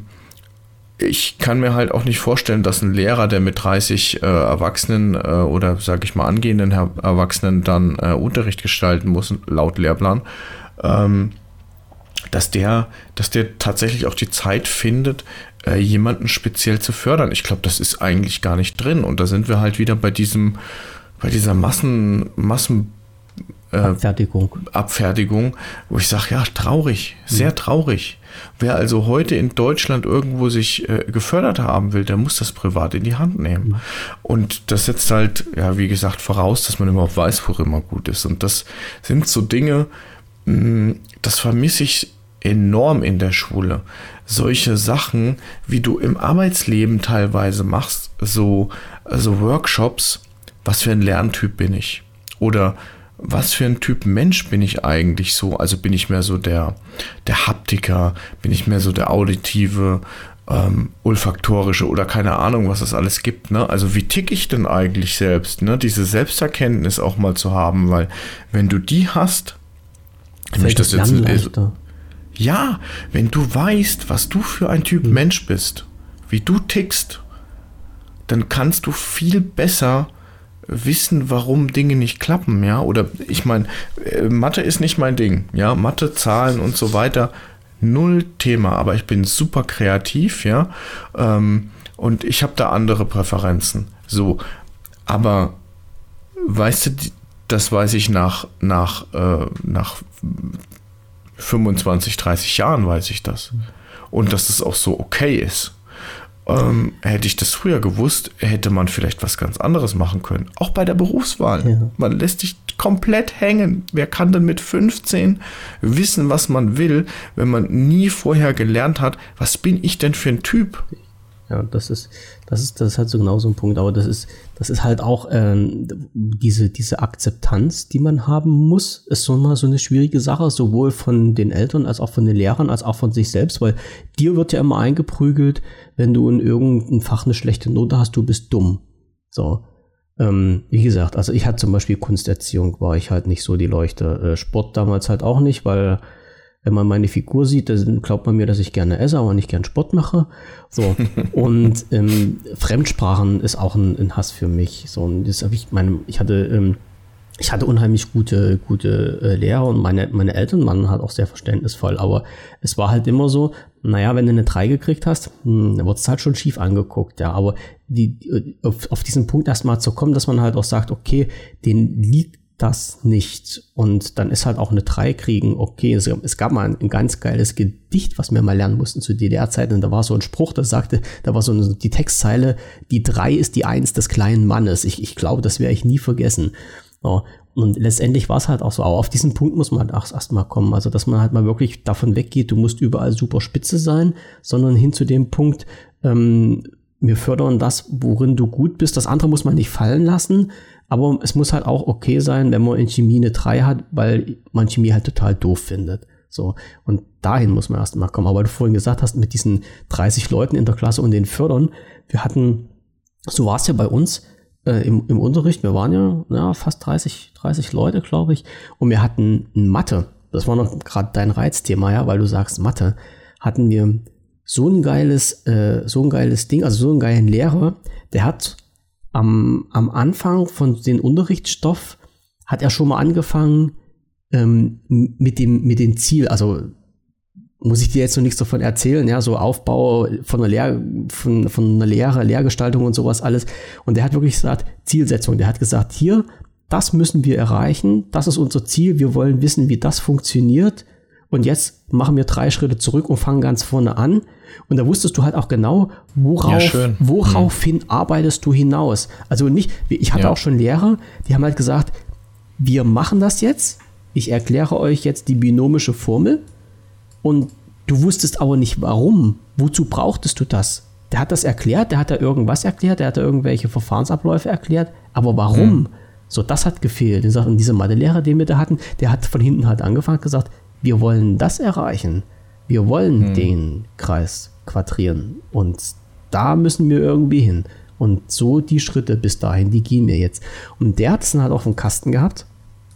ich kann mir halt auch nicht vorstellen, dass ein Lehrer, der mit dreißig äh, Erwachsenen äh, oder, sage ich mal, angehenden Her- Erwachsenen dann äh, Unterricht gestalten muss, laut Lehrplan, ähm, dass der, dass der tatsächlich auch die Zeit findet, äh, jemanden speziell zu fördern. Ich glaube, das ist eigentlich gar nicht drin. Und da sind wir halt wieder bei diesem, bei dieser Massen, Massen äh, Abfertigung. Abfertigung, wo ich sage, ja, traurig, sehr mhm. traurig. Wer also heute in Deutschland irgendwo sich äh, gefördert haben will, der muss das privat in die Hand nehmen. Mhm. Und das setzt halt, ja, wie gesagt, voraus, dass man überhaupt weiß, worin man gut ist. Und das sind so Dinge, das vermisse ich enorm in der Schule. Solche Sachen, wie du im Arbeitsleben teilweise machst, so also Workshops, was für ein Lerntyp bin ich? Oder was für ein Typ Mensch bin ich eigentlich so? Also bin ich mehr so der, der Haptiker, bin ich mehr so der auditive, ähm, olfaktorische oder keine Ahnung, was es alles gibt, ne? Also wie tick ich denn eigentlich selbst, ne? Diese Selbsterkenntnis auch mal zu haben, weil wenn du die hast, fällt das jetzt leichter. Ja, wenn du weißt, was du für ein Typ hm. Mensch bist, wie du tickst, dann kannst du viel besser wissen, warum Dinge nicht klappen, ja, oder ich meine, Mathe ist nicht mein Ding, ja, Mathe, Zahlen und so weiter, null Thema, aber ich bin super kreativ, ja, ähm, und ich habe da andere Präferenzen, so, aber weißt du, das weiß ich nach, nach, äh, nach fünfundzwanzig, dreißig Jahren weiß ich das. Und dass es auch so okay ist. Ähm, hätte ich das früher gewusst, hätte man vielleicht was ganz anderes machen können. Auch bei der Berufswahl. Ja. Man lässt sich komplett hängen. Wer kann denn mit fünfzehn wissen, was man will, wenn man nie vorher gelernt hat, was bin ich denn für ein Typ? Ja, das ist, das ist, das ist halt so genau so ein Punkt, aber das ist, das ist halt auch ähm, diese, diese Akzeptanz, die man haben muss, ist so mal so eine schwierige Sache, sowohl von den Eltern als auch von den Lehrern, als auch von sich selbst, weil dir wird ja immer eingeprügelt, wenn du in irgendeinem Fach eine schlechte Note hast, du bist dumm. So, ähm, wie gesagt, also ich hatte zum Beispiel Kunsterziehung, war ich halt nicht so die Leuchte, äh, Sport damals halt auch nicht, weil wenn man meine Figur sieht, dann glaubt man mir, dass ich gerne esse, aber nicht gern Sport mache. So. Und ähm, Fremdsprachen ist auch ein, ein Hass für mich. So, und das habe ich, meine, ich hatte, ähm, ich hatte unheimlich gute, gute äh, Lehrer und meine, meine Eltern waren halt auch sehr verständnisvoll. Aber es war halt immer so, naja, wenn du eine drei gekriegt hast, hm, dann wird es halt schon schief angeguckt. Ja, aber die, auf, auf diesen Punkt erstmal zu kommen, dass man halt auch sagt, okay, den liegt das nicht. Und dann ist halt auch eine drei kriegen, okay, es, es gab mal ein, ein ganz geiles Gedicht, was wir mal lernen mussten zu D D R-Zeiten, und da war so ein Spruch, das sagte, da war so eine, die Textzeile, die drei ist die eins des kleinen Mannes. Ich, ich glaube, das werde ich nie vergessen. Ja, und letztendlich war es halt auch so, aber auf diesen Punkt muss man halt auch erstmal kommen, also dass man halt mal wirklich davon weggeht, du musst überall super spitze sein, sondern hin zu dem Punkt, ähm, wir fördern das, worin du gut bist, das andere muss man nicht fallen lassen. Aber es muss halt auch okay sein, wenn man in Chemie eine drei hat, weil man Chemie halt total doof findet. So. Und dahin muss man erst mal kommen. Aber weil du vorhin gesagt hast, mit diesen dreißig Leuten in der Klasse und den Fördern, wir hatten, so war es ja bei uns äh, im, im Unterricht, wir waren ja, ja fast dreißig, dreißig Leute, glaube ich, und wir hatten Mathe. Das war noch gerade dein Reizthema, ja, weil du sagst Mathe. Hatten wir so ein geiles, äh, so ein geiles Ding, also so einen geilen Lehrer, der hat Am, am Anfang von den Unterrichtsstoff hat er schon mal angefangen ähm, mit dem mit dem Ziel, also muss ich dir jetzt noch nichts davon erzählen, ja, so Aufbau von einer Lehr von, von einer Lehre, Lehrgestaltung und sowas alles. Und der hat wirklich gesagt, Zielsetzung, der hat gesagt, hier, das müssen wir erreichen, das ist unser Ziel, wir wollen wissen, wie das funktioniert. Und jetzt machen wir drei Schritte zurück und fangen ganz vorne an. Und da wusstest du halt auch genau, worauf, ja, woraufhin hm. arbeitest du hinaus. Also nicht, ich hatte ja. auch schon Lehrer, die haben halt gesagt, wir machen das jetzt, ich erkläre euch jetzt die binomische Formel und du wusstest aber nicht warum. Wozu brauchtest du das? Der hat das erklärt, der hat da irgendwas erklärt, der hat da irgendwelche Verfahrensabläufe erklärt, aber warum? Hm. So, das hat gefehlt. Und dieser Mathelehrer, den wir da hatten, der hat von hinten halt angefangen und gesagt, wir wollen das erreichen. Wir wollen hm. den Kreis quadrieren. Und da müssen wir irgendwie hin. Und so die Schritte bis dahin, die gehen wir jetzt. Und der hat es dann halt auf dem Kasten gehabt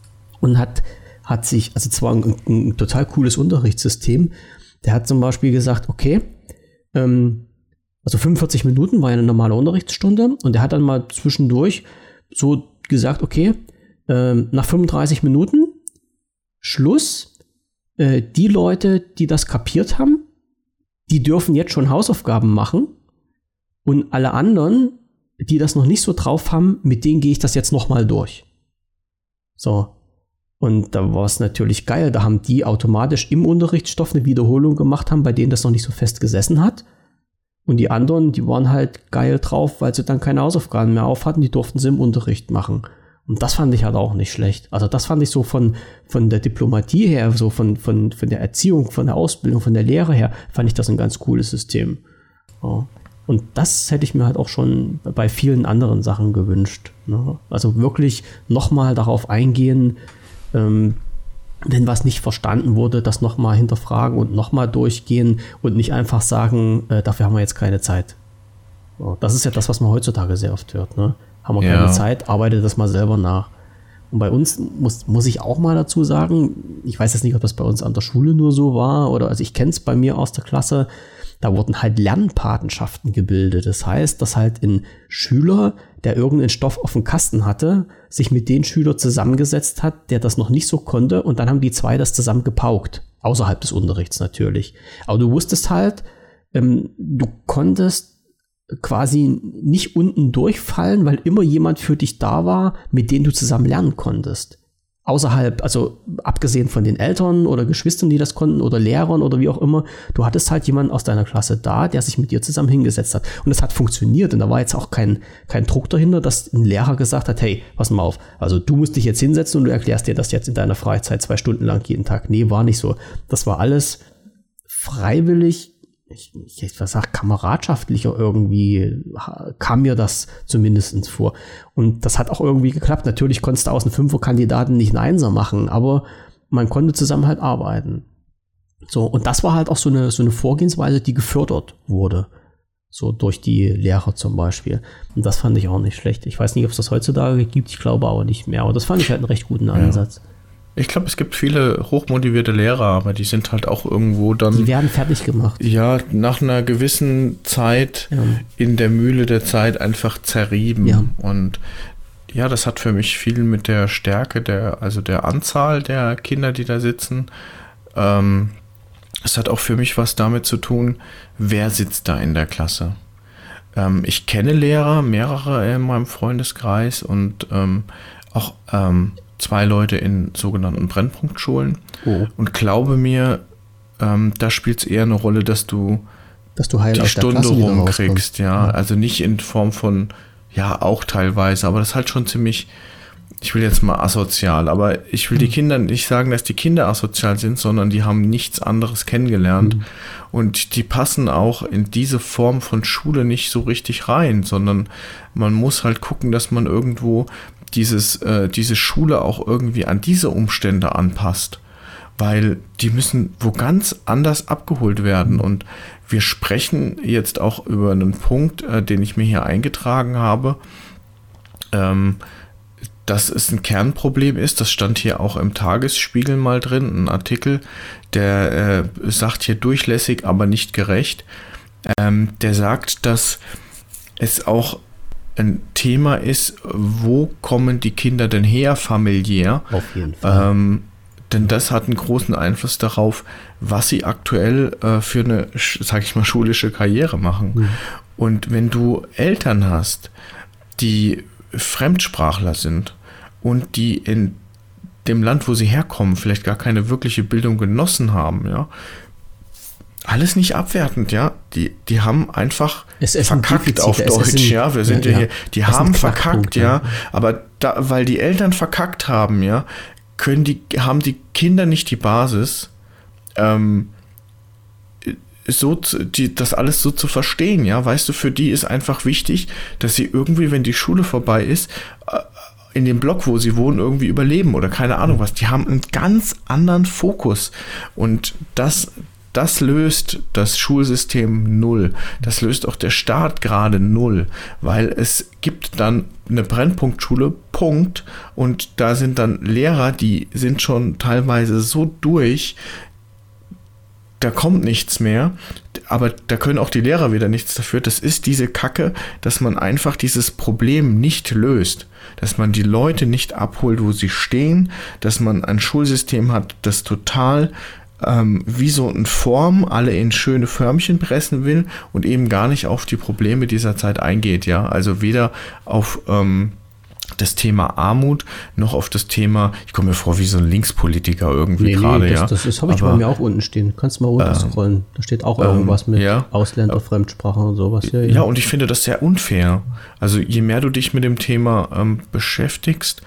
und hat, hat sich, also zwar ein, ein total cooles Unterrichtssystem, der hat zum Beispiel gesagt, okay, ähm, also fünfundvierzig Minuten war ja eine normale Unterrichtsstunde und der hat dann mal zwischendurch so gesagt, okay, ähm, nach fünfunddreißig Minuten Schluss. Die Leute, die das kapiert haben, die dürfen jetzt schon Hausaufgaben machen und alle anderen, die das noch nicht so drauf haben, mit denen gehe ich das jetzt nochmal durch. So. Und da war es natürlich geil, da haben die automatisch im Unterrichtsstoff eine Wiederholung gemacht haben, bei denen das noch nicht so fest gesessen hat. Und die anderen, die waren halt geil drauf, weil sie dann keine Hausaufgaben mehr auf hatten, die durften sie im Unterricht machen. Und das fand ich halt auch nicht schlecht. Also das fand ich so von, von der Diplomatie her, so von, von, von der Erziehung, von der Ausbildung, von der Lehre her, fand ich das ein ganz cooles System. Ja. Und das hätte ich mir halt auch schon bei vielen anderen Sachen gewünscht. Ne? Also wirklich nochmal darauf eingehen, ähm, wenn was nicht verstanden wurde, das nochmal hinterfragen und nochmal durchgehen und nicht einfach sagen, äh, dafür haben wir jetzt keine Zeit. Ja, das ist ja das, was man heutzutage sehr oft hört. Ne? Haben wir ja keine Zeit, arbeite das mal selber nach. Und bei uns muss, muss ich auch mal dazu sagen, ich weiß jetzt nicht, ob das bei uns an der Schule nur so war oder, also ich kenne es bei mir aus der Klasse, da wurden halt Lernpatenschaften gebildet. Das heißt, dass halt ein Schüler, der irgendeinen Stoff auf dem Kasten hatte, sich mit dem Schüler zusammengesetzt hat, der das noch nicht so konnte, und dann haben die zwei das zusammen gepaukt. Außerhalb des Unterrichts natürlich. Aber du wusstest halt, ähm, du konntest quasi nicht unten durchfallen, weil immer jemand für dich da war, mit dem du zusammen lernen konntest. Außerhalb, also abgesehen von den Eltern oder Geschwistern, die das konnten, oder Lehrern oder wie auch immer, du hattest halt jemanden aus deiner Klasse da, der sich mit dir zusammen hingesetzt hat. Und das hat funktioniert, und da war jetzt auch kein, kein Druck dahinter, dass ein Lehrer gesagt hat, hey, pass mal auf, also du musst dich jetzt hinsetzen und du erklärst dir das jetzt in deiner Freizeit zwei Stunden lang jeden Tag. Nee, war nicht so. Das war alles freiwillig. Ich, ich, ich sag, kameradschaftlicher irgendwie kam mir das zumindest vor. Und das hat auch irgendwie geklappt. Natürlich konntest du aus einem Fünfer-Kandidaten nicht einen Einser machen, aber man konnte zusammen halt arbeiten. So, und das war halt auch so eine, so eine Vorgehensweise, die gefördert wurde. So durch die Lehrer zum Beispiel. Und das fand ich auch nicht schlecht. Ich weiß nicht, ob es das heutzutage gibt, ich glaube aber nicht mehr. Aber das fand ich halt einen recht guten Ansatz. Ja. Ich glaube, es gibt viele hochmotivierte Lehrer, aber die sind halt auch irgendwo dann... Die werden fertig gemacht. Ja, nach einer gewissen Zeit ja. in der Mühle der Zeit einfach zerrieben. Ja. Und ja, das hat für mich viel mit der Stärke, der, also der Anzahl der Kinder, die da sitzen. Ähm, es hat auch für mich was damit zu tun, wer sitzt da in der Klasse. Ähm, ich kenne Lehrer, mehrere in meinem Freundeskreis, und ähm, auch... Ähm, zwei Leute in sogenannten Brennpunktschulen oh. und glaube mir, ähm, da spielt es eher eine Rolle, dass du, dass du heil die aus Stunde der Klasse rumkriegst, ja? ja, also nicht in Form von, ja, auch teilweise, aber das ist halt schon ziemlich, ich will jetzt mal asozial, aber ich will mhm. die Kinder nicht sagen, dass die Kinder asozial sind, sondern die haben nichts anderes kennengelernt mhm. und die passen auch in diese Form von Schule nicht so richtig rein, sondern man muss halt gucken, dass man irgendwo dieses, äh, diese Schule auch irgendwie an diese Umstände anpasst, weil die müssen wo ganz anders abgeholt werden. Und wir sprechen jetzt auch über einen Punkt, äh, den ich mir hier eingetragen habe, ähm, dass es ein Kernproblem ist. Das stand hier auch im Tagesspiegel mal drin, ein Artikel, der äh, sagt hier durchlässig, aber nicht gerecht. Ähm, der sagt, dass es auch ein Thema ist, wo kommen die Kinder denn her familiär? Auf jeden Fall. Ähm, denn das hat einen großen Einfluss darauf, was sie aktuell äh, für eine, sag ich mal, schulische Karriere machen. Mhm. Und wenn du Eltern hast, die Fremdsprachler sind und die in dem Land, wo sie herkommen, vielleicht gar keine wirkliche Bildung genossen haben, ja, alles nicht abwertend, ja. Die, die haben einfach es, es verkackt auf Deutsch, ein, ja. Wir sind ja, ja hier, die haben verkackt, ja. Aber da, weil die Eltern verkackt haben, ja, können die, haben die Kinder nicht die Basis, ähm, so zu, die, das alles so zu verstehen, ja. Weißt du, für die ist einfach wichtig, dass sie irgendwie, wenn die Schule vorbei ist, in dem Block, wo sie wohnen, irgendwie überleben oder keine Ahnung was. Die haben einen ganz anderen Fokus. Und das Das löst das Schulsystem null. Das löst auch der Staat gerade null, weil es gibt dann eine Brennpunktschule, Punkt. Und da sind dann Lehrer, die sind schon teilweise so durch, da kommt nichts mehr. Aber da können auch die Lehrer wieder nichts dafür. Das ist diese Kacke, dass man einfach dieses Problem nicht löst. Dass man die Leute nicht abholt, wo sie stehen. Dass man ein Schulsystem hat, das total Ähm, wie so in Form alle in schöne Förmchen pressen will und eben gar nicht auf die Probleme dieser Zeit eingeht, ja, also weder auf ähm, das Thema Armut, noch auf das Thema, ich komme mir vor wie so ein Linkspolitiker irgendwie nee, gerade, nee, das, ja. Das, das habe ich aber, bei mir auch unten stehen. Kannst du mal runter scrollen. Ähm, da steht auch irgendwas mit ja, Ausländer, Fremdsprachen und sowas. Ja, ja. ja, und ich finde das sehr unfair. Also je mehr du dich mit dem Thema ähm, beschäftigst,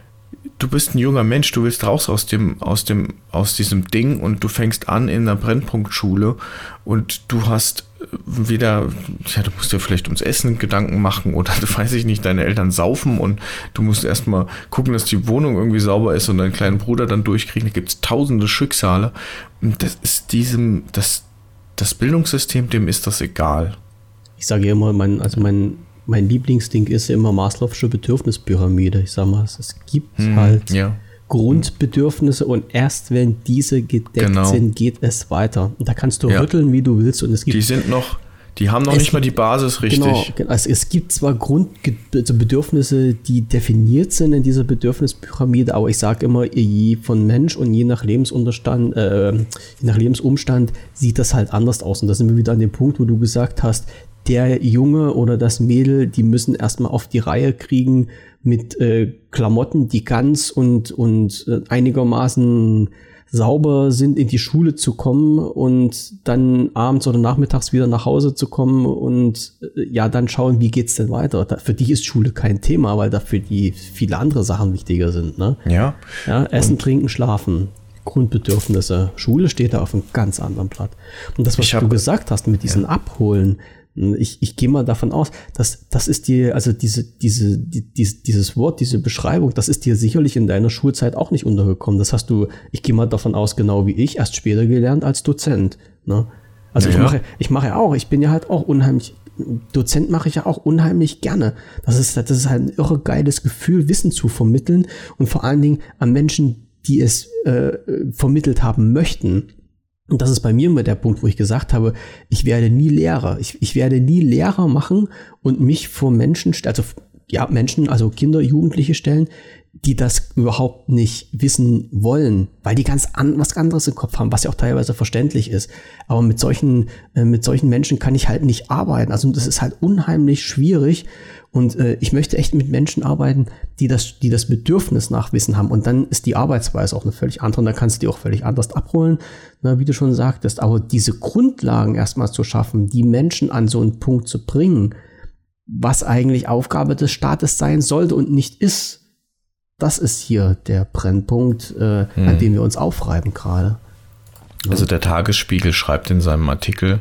du bist ein junger Mensch, du willst raus aus dem, aus dem, aus diesem Ding und du fängst an in einer Brennpunktschule und du hast wieder, ja, du musst dir vielleicht ums Essen Gedanken machen oder, weiß ich nicht, deine Eltern saufen und du musst erstmal gucken, dass die Wohnung irgendwie sauber ist und deinen kleinen Bruder dann durchkriegen. Da gibt es tausende Schicksale. Und das ist diesem, das, das Bildungssystem, dem ist das egal. Ich sage ja immer, mein, also mein, mein Lieblingsding ist ja immer Maslow'sche Bedürfnispyramide. Ich sage mal, es gibt hm, halt ja. Grundbedürfnisse und erst wenn diese gedeckt genau. sind, geht es weiter. Und da kannst du ja. rütteln, wie du willst. Und es gibt, die sind noch, die haben noch nicht mal die Basis richtig. Genau, also es gibt zwar Grundbedürfnisse, die definiert sind in dieser Bedürfnispyramide, aber ich sage immer, je von Mensch und je nach Lebensunterstand, äh, je nach Lebensumstand sieht das halt anders aus. Und da sind wir wieder an dem Punkt, wo du gesagt hast, der Junge oder das Mädel, die müssen erstmal auf die Reihe kriegen mit äh, Klamotten, die ganz und, und äh, einigermaßen sauber sind, in die Schule zu kommen und dann abends oder nachmittags wieder nach Hause zu kommen und äh, ja, dann schauen, wie geht's denn weiter. Da, für die ist Schule kein Thema, weil dafür die viele andere Sachen wichtiger sind. Ne? Ja. ja. Essen, und Trinken, Schlafen. Grundbedürfnisse. Schule steht da auf einem ganz anderen Blatt. Und das, was hab, du gesagt hast mit diesen ja. Abholen, Ich, ich gehe mal davon aus, dass das ist dir, also diese, diese, die, dies, dieses Wort, diese Beschreibung, das ist dir sicherlich in deiner Schulzeit auch nicht untergekommen. Das hast du, ich gehe mal davon aus, genau wie ich, erst später gelernt als Dozent. Ne? Also ja. ich mache, ich mache ja auch, ich bin ja halt auch unheimlich, Dozent mache ich ja auch unheimlich gerne. Das ist, das ist halt ein irre geiles Gefühl, Wissen zu vermitteln und vor allen Dingen an Menschen, die es äh, vermittelt haben möchten. Und das ist bei mir immer der Punkt, wo ich gesagt habe, ich werde nie Lehrer. Ich, ich werde nie Lehrer machen und mich vor Menschen, also ja, Menschen, also Kinder, Jugendliche stellen, die das überhaupt nicht wissen wollen, weil die ganz an, was anderes im Kopf haben, was ja auch teilweise verständlich ist. Aber mit solchen, äh, mit solchen Menschen kann ich halt nicht arbeiten. Also das ist halt unheimlich schwierig. Und äh, ich möchte echt mit Menschen arbeiten, die das, die das Bedürfnis nach Wissen haben. Und dann ist die Arbeitsweise auch eine völlig andere. Und dann kannst du die auch völlig anders abholen, na, wie du schon sagtest. Aber diese Grundlagen erstmal zu schaffen, die Menschen an so einen Punkt zu bringen, was eigentlich Aufgabe des Staates sein sollte und nicht ist, das ist hier der Brennpunkt, äh, hm. an dem wir uns aufreiben gerade. Ja. Also der Tagesspiegel schreibt in seinem Artikel,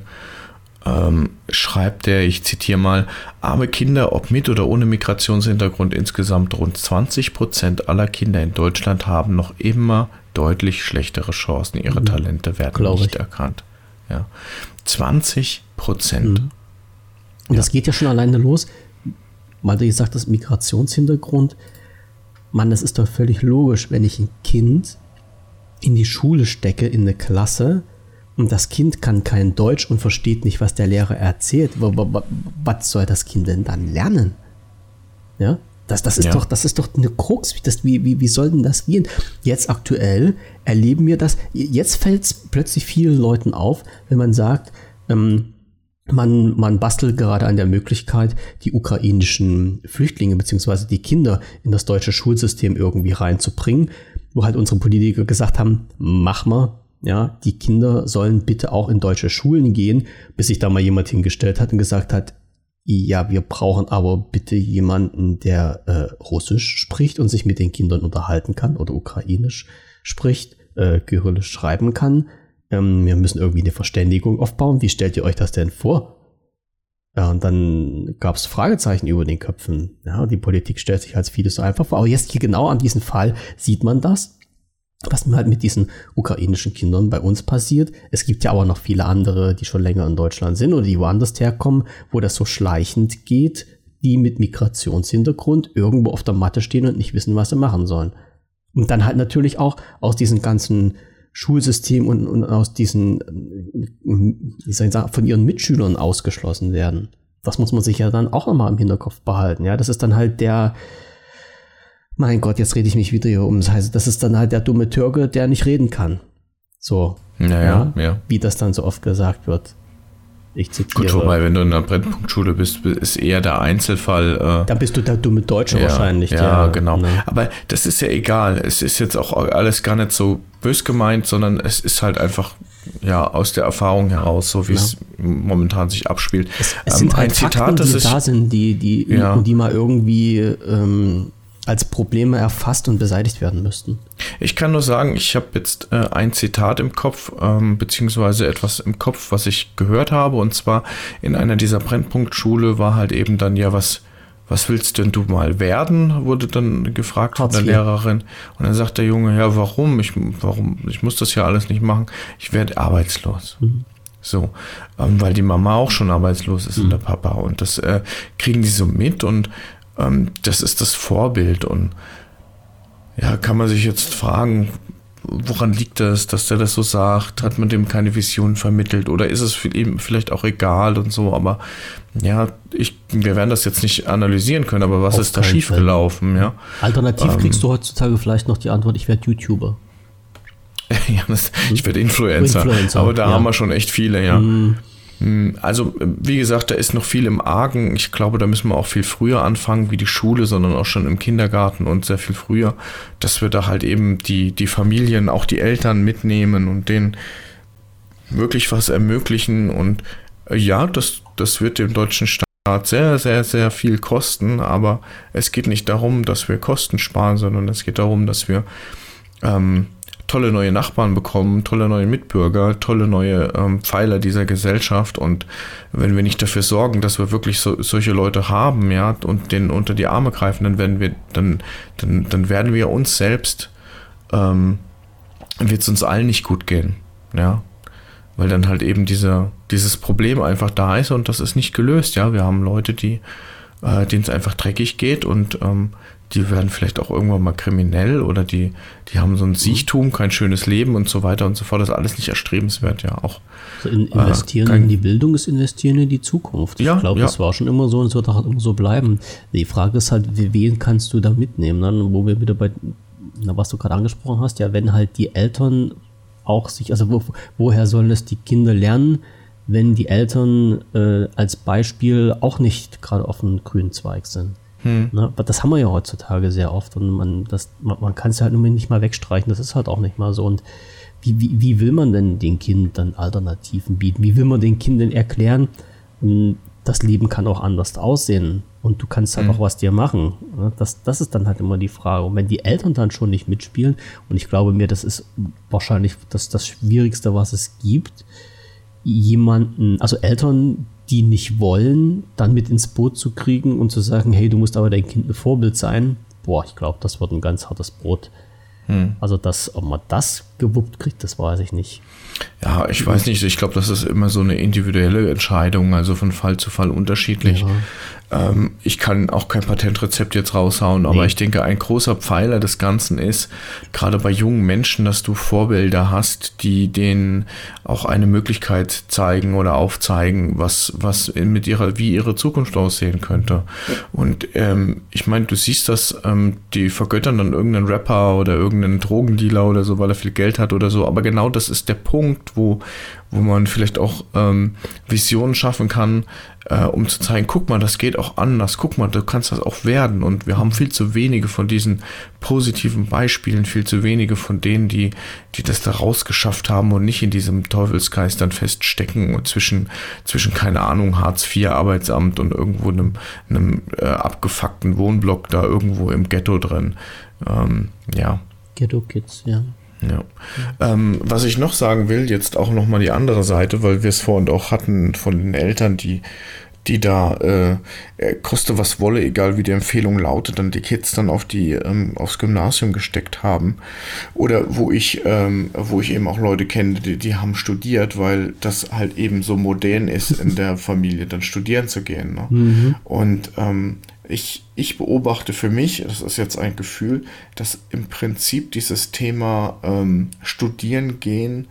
Ähm, schreibt er, ich zitiere mal, arme Kinder, ob mit oder ohne Migrationshintergrund, insgesamt rund zwanzig Prozent aller Kinder in Deutschland haben noch immer deutlich schlechtere Chancen. Ihre mhm. Talente werden Glaube nicht ich. erkannt. Ja. zwanzig Prozent. Mhm. Und ja. das geht ja schon alleine los, weil du gesagt hast, Migrationshintergrund. Mann, das ist doch völlig logisch, wenn ich ein Kind in die Schule stecke, in eine Klasse, und das Kind kann kein Deutsch und versteht nicht, was der Lehrer erzählt. Was soll das Kind denn dann lernen? Ja, das, das ist ja. doch, das ist doch eine Krux. Das, wie, wie, wie soll denn das gehen? Jetzt aktuell erleben wir das. Jetzt fällt es plötzlich vielen Leuten auf, wenn man sagt, ähm, man, man bastelt gerade an der Möglichkeit, die ukrainischen Flüchtlinge bzw. die Kinder in das deutsche Schulsystem irgendwie reinzubringen, wo halt unsere Politiker gesagt haben, mach mal. Ja, die Kinder sollen bitte auch in deutsche Schulen gehen, bis sich da mal jemand hingestellt hat und gesagt hat, ja, wir brauchen aber bitte jemanden, der äh, Russisch spricht und sich mit den Kindern unterhalten kann oder Ukrainisch spricht, äh, Kyrillisch schreiben kann. Ähm, wir müssen irgendwie eine Verständigung aufbauen. Wie stellt ihr euch das denn vor? Ja, und dann gab es Fragezeichen über den Köpfen. Ja, die Politik stellt sich als vieles so einfach vor. Aber jetzt hier genau an diesem Fall sieht man das, was halt mit diesen ukrainischen Kindern bei uns passiert. Es gibt ja aber noch viele andere, die schon länger in Deutschland sind oder die woanders herkommen, wo das so schleichend geht, die mit Migrationshintergrund irgendwo auf der Matte stehen und nicht wissen, was sie machen sollen. Und dann halt natürlich auch aus diesem ganzen Schulsystem und, und aus diesen, wie soll ich sagen, von ihren Mitschülern ausgeschlossen werden. Das muss man sich ja dann auch nochmal im Hinterkopf behalten. Ja, das ist dann halt der Mein Gott, jetzt rede ich mich wieder hier um. Das heißt, das ist dann halt der dumme Türke, der nicht reden kann. So. Naja, ja, ja. Wie das dann so oft gesagt wird. Ich zitiere. Gut, wobei, wenn du in einer Brennpunktschule bist, ist eher der Einzelfall. Äh, da bist du der dumme Deutsche ja, wahrscheinlich. Ja, ja, genau. Ne? Aber das ist ja egal. Es ist jetzt auch alles gar nicht so bös gemeint, sondern es ist halt einfach ja aus der Erfahrung heraus, so wie ja. es momentan sich abspielt. Es, es sind ähm, halt ein Fakten, Zitat, das die ist, da sind, die, die, ja. und die mal irgendwie ähm, als Probleme erfasst und beseitigt werden müssten. Ich kann nur sagen, ich habe jetzt äh, ein Zitat im Kopf, ähm, beziehungsweise etwas im Kopf, was ich gehört habe, und zwar in einer dieser Brennpunktschule war halt eben dann ja was, was willst denn du mal werden, wurde dann gefragt von der Lehrerin, und dann sagt der Junge, ja warum, ich, warum, ich muss das ja alles nicht machen, ich werde arbeitslos. Mhm. So, ähm, weil die Mama auch schon arbeitslos ist mhm. und der Papa, und das äh, kriegen die so mit, und ähm, das ist das Vorbild, und ja, kann man sich jetzt fragen, woran liegt das, dass der das so sagt? Hat man dem keine Vision vermittelt, oder ist es ihm vielleicht auch egal und so? Aber ja, ich, wir werden das jetzt nicht analysieren können, aber was Auf ist da schiefgelaufen? Ja? Alternativ ähm, kriegst du heutzutage vielleicht noch die Antwort, ich werde YouTuber. ja, das, ich werde Influencer, Influencer, aber da ja. haben wir schon echt viele, ja. Mm. Also, wie gesagt, da ist noch viel im Argen. Ich glaube, da müssen wir auch viel früher anfangen, wie die Schule, sondern auch schon im Kindergarten und sehr viel früher, dass wir da halt eben die, die Familien, auch die Eltern mitnehmen und denen wirklich was ermöglichen. Und ja, das, das wird dem deutschen Staat sehr, sehr, sehr viel kosten, aber es geht nicht darum, dass wir Kosten sparen, sondern es geht darum, dass wir ähm, tolle neue Nachbarn bekommen, tolle neue Mitbürger, tolle neue ähm, Pfeiler dieser Gesellschaft, und wenn wir nicht dafür sorgen, dass wir wirklich so, solche Leute haben, ja, und denen unter die Arme greifen, dann werden wir, dann, dann, dann werden wir uns selbst, ähm, wird es uns allen nicht gut gehen, ja, weil dann halt eben diese, dieses Problem einfach da ist und das ist nicht gelöst, ja, wir haben Leute, die, äh, denen es einfach dreckig geht, und ähm, die werden vielleicht auch irgendwann mal kriminell, oder die, die haben so ein Siechtum, kein schönes Leben und so weiter und so fort. Das ist alles nicht erstrebenswert, ja auch. Also in, investieren äh, in die Bildung ist investieren in die Zukunft. Ja, ich glaube, ja. das war schon immer so und es wird auch immer so bleiben. Die Frage ist halt, wen kannst du da mitnehmen? Dann, wo wir wieder bei, na, was du gerade angesprochen hast, ja, wenn halt die Eltern auch sich, also wo, woher sollen das die Kinder lernen, wenn die Eltern äh, als Beispiel auch nicht gerade auf einem grünen Zweig sind? Hm. Ne, das haben wir ja heutzutage sehr oft, und man, das, man, man kann es halt nur nicht mal wegstreichen, das ist halt auch nicht mal so. Und wie, wie, wie will man denn den Kindern Alternativen bieten? Wie will man den Kindern erklären, das Leben kann auch anders aussehen und du kannst halt hm. auch was dir machen? Das, das ist dann halt immer die Frage. Und wenn die Eltern dann schon nicht mitspielen, und ich glaube mir, das ist wahrscheinlich das, das Schwierigste, was es gibt, jemanden, also Eltern, die nicht wollen, dann mit ins Boot zu kriegen und zu sagen, hey, du musst aber dein Kind ein Vorbild sein. Boah, ich glaube, das wird ein ganz hartes Brot. Hm. Also, dass, ob man das gewuppt kriegt, das weiß ich nicht. Ja, ich weiß nicht. Ich glaube, das ist immer so eine individuelle Entscheidung, also von Fall zu Fall unterschiedlich. Ja. Ähm, ich kann auch kein Patentrezept jetzt raushauen, nee. aber ich denke, ein großer Pfeiler des Ganzen ist, gerade bei jungen Menschen, dass du Vorbilder hast, die denen auch eine Möglichkeit zeigen oder aufzeigen, was, was mit ihrer, wie ihre Zukunft aussehen könnte. Und ähm, ich meine, du siehst das, ähm, die vergöttern dann irgendeinen Rapper oder irgendeinen Drogendealer oder so, weil er viel Geld hat oder so, aber genau das ist der Punkt, wo, wo man vielleicht auch ähm, Visionen schaffen kann, äh, um zu zeigen, guck mal, das geht auch anders, guck mal, du kannst das auch werden, und wir haben viel zu wenige von diesen positiven Beispielen, viel zu wenige von denen, die, die das da rausgeschafft haben und nicht in diesem Teufelskreis dann feststecken und zwischen, zwischen, keine Ahnung, Hartz vier, Arbeitsamt und irgendwo einem, einem äh, abgefuckten Wohnblock da irgendwo im Ghetto drin. Ähm, ja. Ghetto Kids, ja. Ja. Ähm, was ich noch sagen will, jetzt auch nochmal die andere Seite, weil wir es vorhin auch hatten von den Eltern, die, die da äh, koste was wolle, egal wie die Empfehlung lautet, dann die Kids dann auf die ähm, aufs Gymnasium gesteckt haben. Oder wo ich, ähm, wo ich eben auch Leute kenne, die, die haben studiert, weil das halt eben so modern ist, in der Familie dann studieren zu gehen. Ne? Mhm. Und ähm, Ich, ich beobachte für mich, das ist jetzt ein Gefühl, dass im Prinzip dieses Thema ähm, Studieren gehen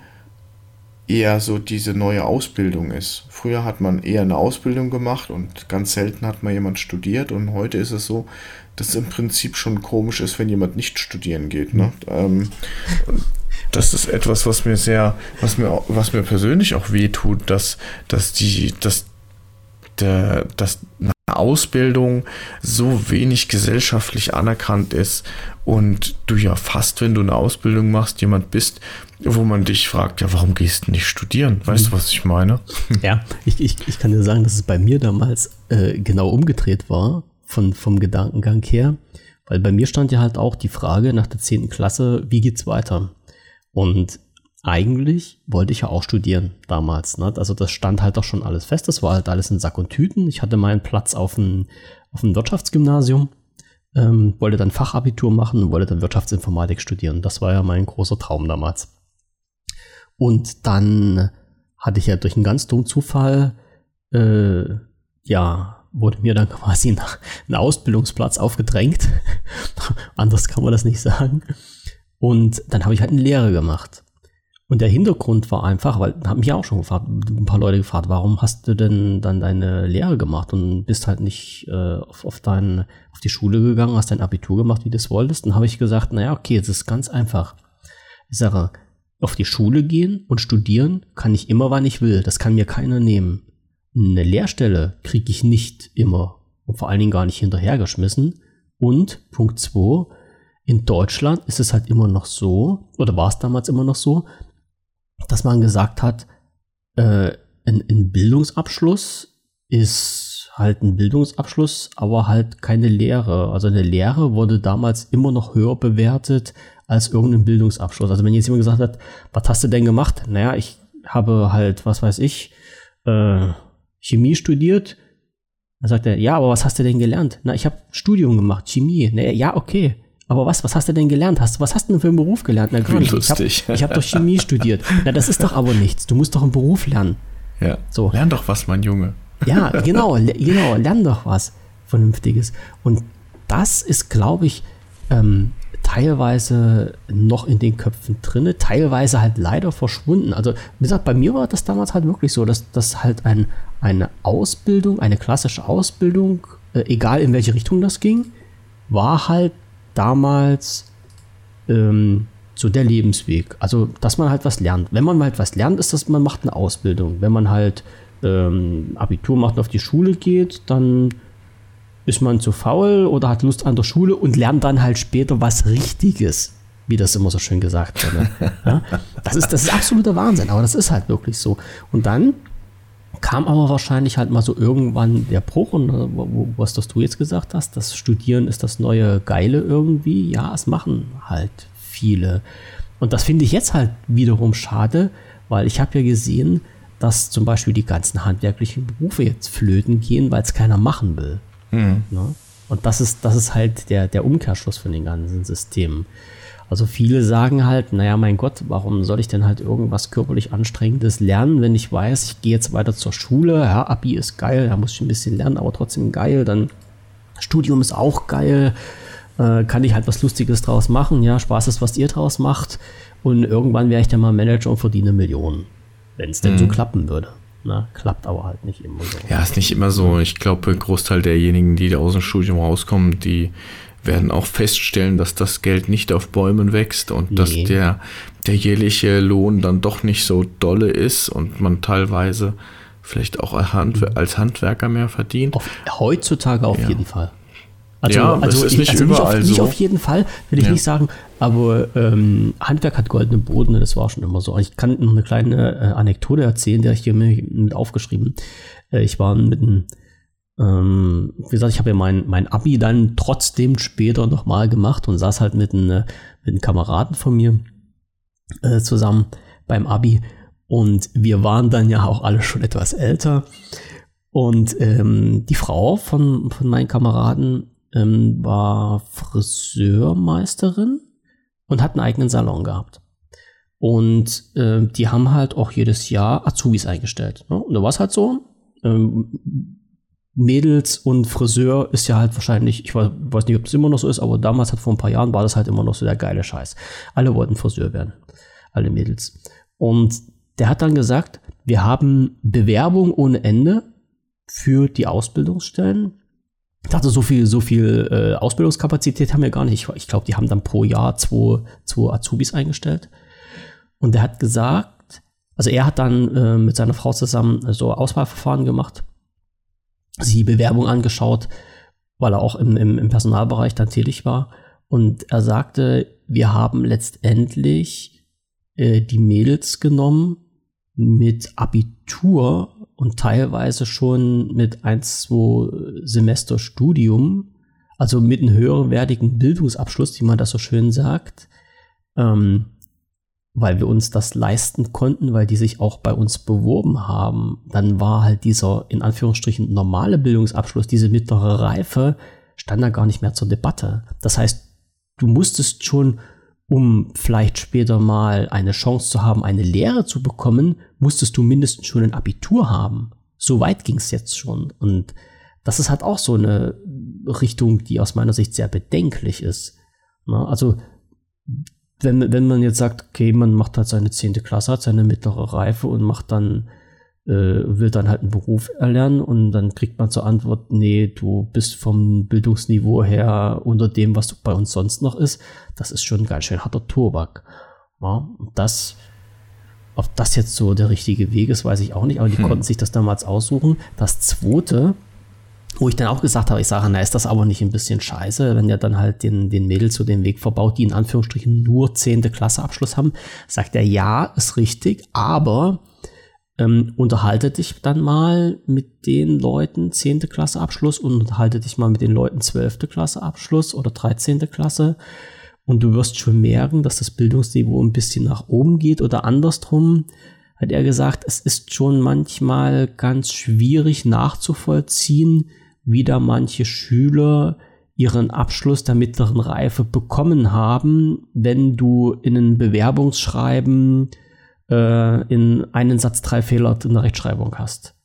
eher so diese neue Ausbildung ist. Früher hat man eher eine Ausbildung gemacht und ganz selten hat mal jemand studiert, und heute ist es so, dass es im Prinzip schon komisch ist, wenn jemand nicht studieren geht. Ne? Ähm, Das ist etwas, was mir sehr, was mir, was mir persönlich auch wehtut, dass, dass die, dass der, dass eine Ausbildung so wenig gesellschaftlich anerkannt ist und du ja fast, wenn du eine Ausbildung machst, jemand bist, wo man dich fragt, ja, warum gehst du nicht studieren? Weißt mhm. du, was ich meine? Ja, ich, ich, ich kann dir sagen, dass es bei mir damals äh, genau umgedreht war, von, vom Gedankengang her, weil bei mir stand ja halt auch die Frage nach der zehnten Klasse, wie geht's weiter? Und eigentlich wollte ich ja auch studieren damals. Ne? Also das stand halt doch schon alles fest. Das war halt alles in Sack und Tüten. Ich hatte meinen Platz auf dem, auf dem Wirtschaftsgymnasium, ähm, wollte dann Fachabitur machen und wollte dann Wirtschaftsinformatik studieren. Das war ja mein großer Traum damals. Und dann hatte ich ja durch einen ganz dummen Zufall, äh, ja, wurde mir dann quasi ein, ein Ausbildungsplatz aufgedrängt. Anders kann man das nicht sagen. Und dann habe ich halt eine Lehre gemacht. Und der Hintergrund war einfach, weil, haben mich auch schon gefragt, ein paar Leute gefragt, warum hast du denn dann deine Lehre gemacht und bist halt nicht äh, auf, auf, dein, auf die Schule gegangen, hast dein Abitur gemacht, wie du es wolltest? Dann habe ich gesagt, naja, okay, es ist ganz einfach. Ich sage, auf die Schule gehen und studieren kann ich immer, wann ich will. Das kann mir keiner nehmen. Eine Lehrstelle kriege ich nicht immer und vor allen Dingen gar nicht hinterhergeschmissen. Und Punkt zwei, in Deutschland ist es halt immer noch so, oder war es damals immer noch so, dass man gesagt hat, äh, ein, ein Bildungsabschluss ist halt ein Bildungsabschluss, aber halt keine Lehre. Also eine Lehre wurde damals immer noch höher bewertet als irgendein Bildungsabschluss. Also wenn jetzt jemand gesagt hat, was hast du denn gemacht? Naja, ich habe halt, was weiß ich, äh, Chemie studiert. Dann sagt er, ja, aber was hast du denn gelernt? Na, ich habe Studium gemacht, Chemie. Na, ja, okay. Aber was, was hast du denn gelernt? Hast, was hast du denn für einen Beruf gelernt? Na, gar nicht. Ich habe hab doch Chemie studiert. Na, das ist doch aber nichts. Du musst doch einen Beruf lernen. Ja. So. Lern doch was, mein Junge. Ja, genau, le- genau, lern doch was Vernünftiges. Und das ist, glaube ich, ähm, teilweise noch in den Köpfen drin, teilweise halt leider verschwunden. Also, wie gesagt, bei mir war das damals halt wirklich so, dass das halt ein, eine Ausbildung, eine klassische Ausbildung, äh, egal in welche Richtung das ging, war halt damals ähm, so der Lebensweg. Also, dass man halt was lernt. Wenn man halt was lernt, ist das, man macht eine Ausbildung. Wenn man halt ähm, Abitur macht und auf die Schule geht, dann ist man zu faul oder hat Lust an der Schule und lernt dann halt später was Richtiges, wie das immer so schön gesagt wird. Ne? Ja? Das ist, das ist absoluter Wahnsinn, aber das ist halt wirklich so. Und dann kam aber wahrscheinlich halt mal so irgendwann der Bruch, und was das du jetzt gesagt hast, das Studieren ist das neue Geile irgendwie. Ja, es machen halt viele. Und das finde ich jetzt halt wiederum schade, weil ich habe ja gesehen, dass zum Beispiel die ganzen handwerklichen Berufe jetzt flöten gehen, weil es keiner machen will. Mhm. Ne? Und das ist, das ist halt der, der Umkehrschluss von den ganzen Systemen. Also viele sagen halt, naja, mein Gott, warum soll ich denn halt irgendwas körperlich Anstrengendes lernen, wenn ich weiß, ich gehe jetzt weiter zur Schule, ja, Abi ist geil, da muss ich ein bisschen lernen, aber trotzdem geil, dann Studium ist auch geil, äh, kann ich halt was Lustiges draus machen, ja, Spaß ist, was ihr draus macht, und irgendwann wäre ich dann mal Manager und verdiene Millionen, wenn es denn mhm. so klappen würde. Na, klappt aber halt nicht immer so. Ja, ist nicht immer so. Ich glaube, ein Großteil derjenigen, die da aus dem Studium rauskommen, die werden auch feststellen, dass das Geld nicht auf Bäumen wächst und nee. dass der, der jährliche Lohn dann doch nicht so dolle ist und man teilweise vielleicht auch als, Handwer- als Handwerker mehr verdient. Auf, heutzutage auf ja. jeden Fall. Also, ja, also, es ist nicht also überall nicht auf, so. Nicht auf jeden Fall, will ich ja. nicht sagen, aber ähm, Handwerk hat goldene Boden, das war schon immer so. Ich kann noch eine kleine äh, Anekdote erzählen, die habe ich hier mit aufgeschrieben. Äh, ich war mit einem, ähm, wie gesagt, ich habe ja mein, mein Abi dann trotzdem später nochmal gemacht und saß halt mit, ein, mit einem Kameraden von mir äh, zusammen beim Abi, und wir waren dann ja auch alle schon etwas älter, und ähm, die Frau von, von meinen Kameraden ähm, war Friseurmeisterin und hat einen eigenen Salon gehabt. Und äh, die haben halt auch jedes Jahr Azubis eingestellt. Ne? Und da war es halt so, ähm, Mädels und Friseur ist ja halt wahrscheinlich, ich weiß, weiß nicht, ob es immer noch so ist, aber damals, halt vor ein paar Jahren, war das halt immer noch so der geile Scheiß. Alle wollten Friseur werden, alle Mädels. Und der hat dann gesagt, wir haben Bewerbung ohne Ende für die Ausbildungsstellen. Ich dachte, so viel, so viel äh, Ausbildungskapazität haben wir gar nicht. Ich, ich glaube, die haben dann pro Jahr zwei, zwei Azubis eingestellt. Und er hat gesagt, also er hat dann äh, mit seiner Frau zusammen so Auswahlverfahren gemacht, sich die Bewerbung angeschaut, weil er auch im, im, im Personalbereich dann tätig war. Und er sagte, wir haben letztendlich äh, die Mädels genommen mit Abitur und teilweise schon mit ein, zwei Semester Studium, also mit einem höherwertigen Bildungsabschluss, wie man das so schön sagt, ähm, weil wir uns das leisten konnten, weil die sich auch bei uns beworben haben. Dann war halt dieser, in Anführungsstrichen, normale Bildungsabschluss, diese mittlere Reife, stand da gar nicht mehr zur Debatte. Das heißt, du musstest schon, um vielleicht später mal eine Chance zu haben, eine Lehre zu bekommen, musstest du mindestens schon ein Abitur haben. So weit ging es jetzt schon. Und das ist halt auch so eine Richtung, die aus meiner Sicht sehr bedenklich ist. Na, also wenn, wenn man jetzt sagt, okay, man macht halt seine zehnte Klasse, hat seine mittlere Reife und macht dann, äh, will dann halt einen Beruf erlernen und dann kriegt man zur Antwort, nee, du bist vom Bildungsniveau her unter dem, was bei uns sonst noch ist. Das ist schon ganz schön harter Tobak. Ja, und das, ob das jetzt so der richtige Weg ist, weiß ich auch nicht, aber die hm. konnten sich das damals aussuchen. Das Zweite, wo ich dann auch gesagt habe, ich sage, na, ist das aber nicht ein bisschen scheiße, wenn ihr dann halt den, den Mädels so den Weg verbaut, die in Anführungsstrichen nur zehnte Klasse Abschluss haben, sagt er, ja, ist richtig, aber ähm, unterhalte dich dann mal mit den Leuten zehnte Klasse Abschluss und unterhalte dich mal mit den Leuten zwölfte Klasse Abschluss oder dreizehnte Klasse und du wirst schon merken, dass das Bildungsniveau ein bisschen nach oben geht oder andersrum. Hat er gesagt, es ist schon manchmal ganz schwierig nachzuvollziehen, wie da manche Schüler ihren Abschluss der mittleren Reife bekommen haben, wenn du in einem Bewerbungsschreiben äh, in einen Satz drei Fehler in der Rechtschreibung hast.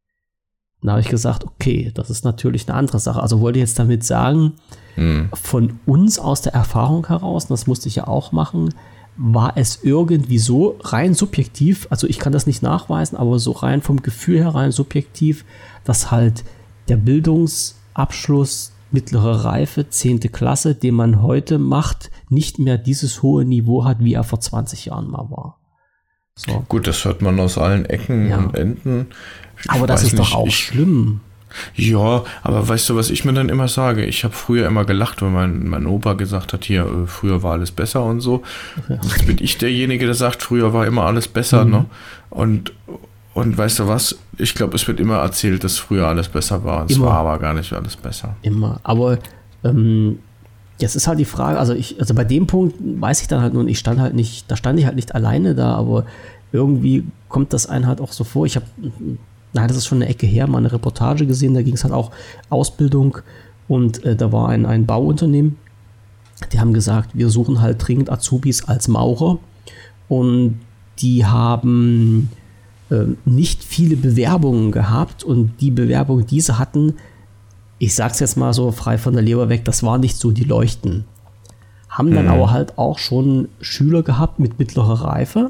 Da habe ich gesagt, okay, das ist natürlich eine andere Sache. Also wollte ich jetzt damit sagen, hm. von uns aus der Erfahrung heraus, und das musste ich ja auch machen, war es irgendwie so rein subjektiv, also ich kann das nicht nachweisen, aber so rein vom Gefühl her rein subjektiv, dass halt der Bildungsabschluss mittlere Reife, zehnte Klasse, den man heute macht, nicht mehr dieses hohe Niveau hat, wie er vor zwanzig Jahren mal war. So. Gut, das hört man aus allen Ecken ja. und Enden. Ich aber das ist nicht, doch auch ich, schlimm. Ja, aber weißt du, was ich mir dann immer sage? Ich habe früher immer gelacht, wenn mein, mein Opa gesagt hat, hier, äh, früher war alles besser und so. Ja. Jetzt bin ich derjenige, der sagt, früher war immer alles besser, mhm. ne? Und, und weißt du was? Ich glaube, es wird immer erzählt, dass früher alles besser war. Es war aber gar nicht alles besser. Immer. Aber ähm, jetzt ist halt die Frage, also ich, also bei dem Punkt weiß ich dann halt nur, ich stand halt nicht, da stand ich halt nicht alleine da, aber irgendwie kommt das einem halt auch so vor. Ich habe Nein, das ist schon eine Ecke her, mal eine Reportage gesehen, da ging es halt auch Ausbildung und äh, da war ein, ein Bauunternehmen, die haben gesagt, wir suchen halt dringend Azubis als Maurer und die haben äh, nicht viele Bewerbungen gehabt und die Bewerbungen, die sie hatten, ich sag's jetzt mal so frei von der Leber weg, das war nicht so die Leuchten. Haben dann mhm. aber halt auch schon Schüler gehabt mit mittlerer Reife.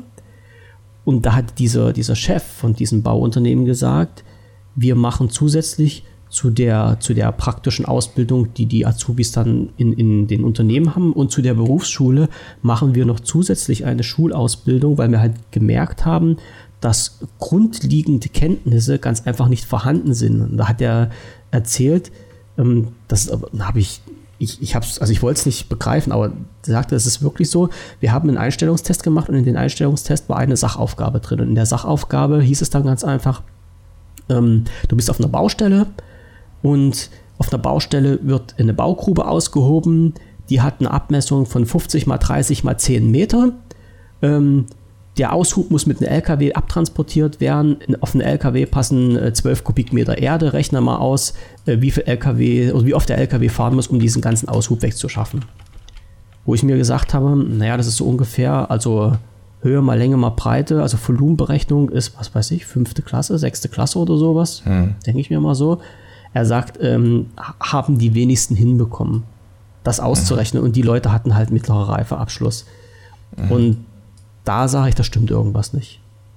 Und da hat dieser, dieser Chef von diesem Bauunternehmen gesagt, wir machen zusätzlich zu der, zu der praktischen Ausbildung, die die Azubis dann in, in den Unternehmen haben und zu der Berufsschule machen wir noch zusätzlich eine Schulausbildung, weil wir halt gemerkt haben, dass grundlegende Kenntnisse ganz einfach nicht vorhanden sind. Und da hat er erzählt, ähm, das habe ich Ich, ich hab's, also ich wollte es nicht begreifen, aber er sagte, es ist wirklich so, wir haben einen Einstellungstest gemacht und in den Einstellungstest war eine Sachaufgabe drin. Und in der Sachaufgabe hieß es dann ganz einfach, ähm, du bist auf einer Baustelle und auf einer Baustelle wird eine Baugrube ausgehoben, die hat eine Abmessung von fünfzig mal dreißig mal zehn Meter. Ähm, Der Aushub muss mit einem L K W abtransportiert werden. Auf einen L K W passen äh, zwölf Kubikmeter Erde. Rechne mal aus, äh, wie viel L K W oder wie oft der L K W fahren muss, um diesen ganzen Aushub wegzuschaffen. Wo ich mir gesagt habe, naja, das ist so ungefähr, also Höhe mal Länge mal Breite, also Volumenberechnung ist, was weiß ich, fünfte Klasse, sechste Klasse oder sowas. Hm. Denke ich mir mal so. Er sagt, ähm, haben die wenigsten hinbekommen, das auszurechnen. Mhm. Und die Leute hatten halt mittlere Reifeabschluss. Mhm. Und da sage ich, da stimmt irgendwas nicht.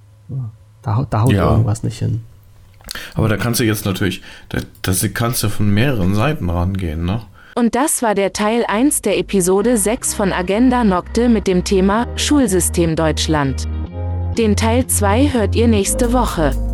Da, da haut ja. irgendwas nicht hin. Aber da kannst du jetzt natürlich, da, das kannst du von mehreren Seiten rangehen, ne? Und das war der Teil eins der Episode sechs von Agenda Nocte mit dem Thema Schulsystem Deutschland. Den Teil zwei hört ihr nächste Woche.